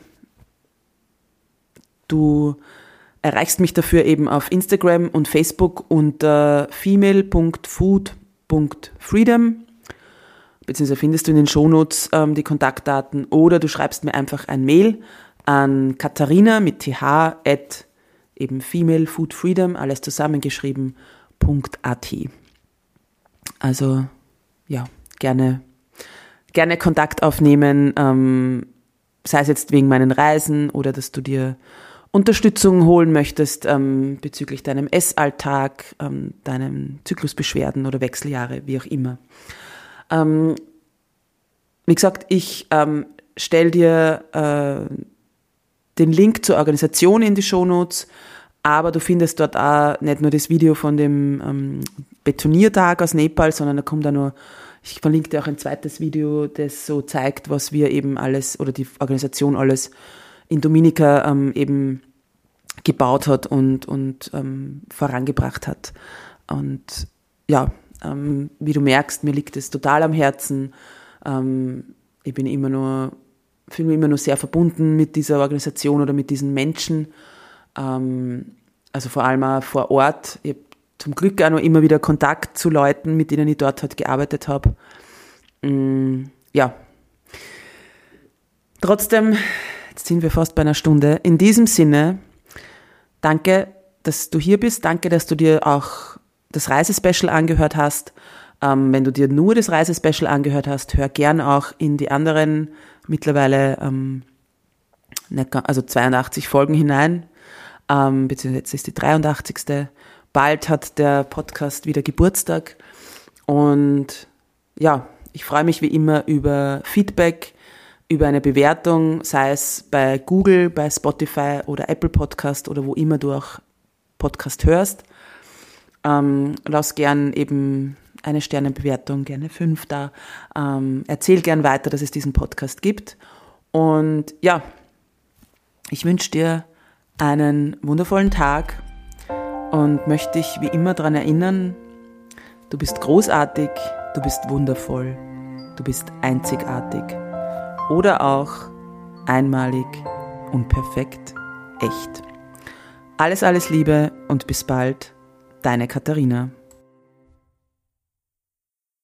Du erreichst mich dafür eben auf Instagram und Facebook unter female punkt food punkt freedom, beziehungsweise findest du in den Shownotes ähm, die Kontaktdaten oder du schreibst mir einfach ein Mail an Katharina mit th at eben female food freedom, alles zusammengeschrieben, .at. Also ja, gerne, gerne Kontakt aufnehmen, ähm, sei es jetzt wegen meinen Reisen oder dass du dir Unterstützung holen möchtest ähm, bezüglich deinem Essalltag, ähm, deinen Zyklusbeschwerden oder Wechseljahre, wie auch immer. Ähm, wie gesagt, ich ähm, stelle dir äh, den Link zur Organisation in die Shownotes, aber du findest dort auch nicht nur das Video von dem ähm, Betoniertag aus Nepal, sondern da kommt auch noch, ich verlinke dir auch ein zweites Video, das so zeigt, was wir eben alles oder die Organisation alles in Dominica ähm, eben gebaut hat und, und ähm, vorangebracht hat. Und ja, ähm, wie du merkst, mir liegt es total am Herzen. Ähm, ich bin immer nur fühle mich immer noch sehr verbunden mit dieser Organisation oder mit diesen Menschen. Ähm, also vor allem auch vor Ort. Ich habe zum Glück auch noch immer wieder Kontakt zu Leuten, mit denen ich dort halt gearbeitet habe. Ähm, ja. Trotzdem, jetzt sind wir fast bei einer Stunde. In diesem Sinne, danke, dass du hier bist. Danke, dass du dir auch das Reisespecial angehört hast. Ähm, wenn du dir nur das Reisespecial angehört hast, hör gern auch in die anderen mittlerweile ähm, also zweiundachtzig Folgen hinein. Ähm, beziehungsweise jetzt ist die dreiundachtzigste. Bald hat der Podcast wieder Geburtstag. Und ja, ich freue mich wie immer über Feedback, über eine Bewertung, sei es bei Google, bei Spotify oder Apple Podcast oder wo immer du auch Podcast hörst. Ähm, lass gern eben eine Sternebewertung, gerne fünf da. Ähm, erzähl gern weiter, dass es diesen Podcast gibt. Und ja, ich wünsche dir einen wundervollen Tag und möchte dich wie immer daran erinnern, du bist großartig, du bist wundervoll, du bist einzigartig oder auch einmalig und perfekt echt. Alles, alles Liebe und bis bald, deine Katharina.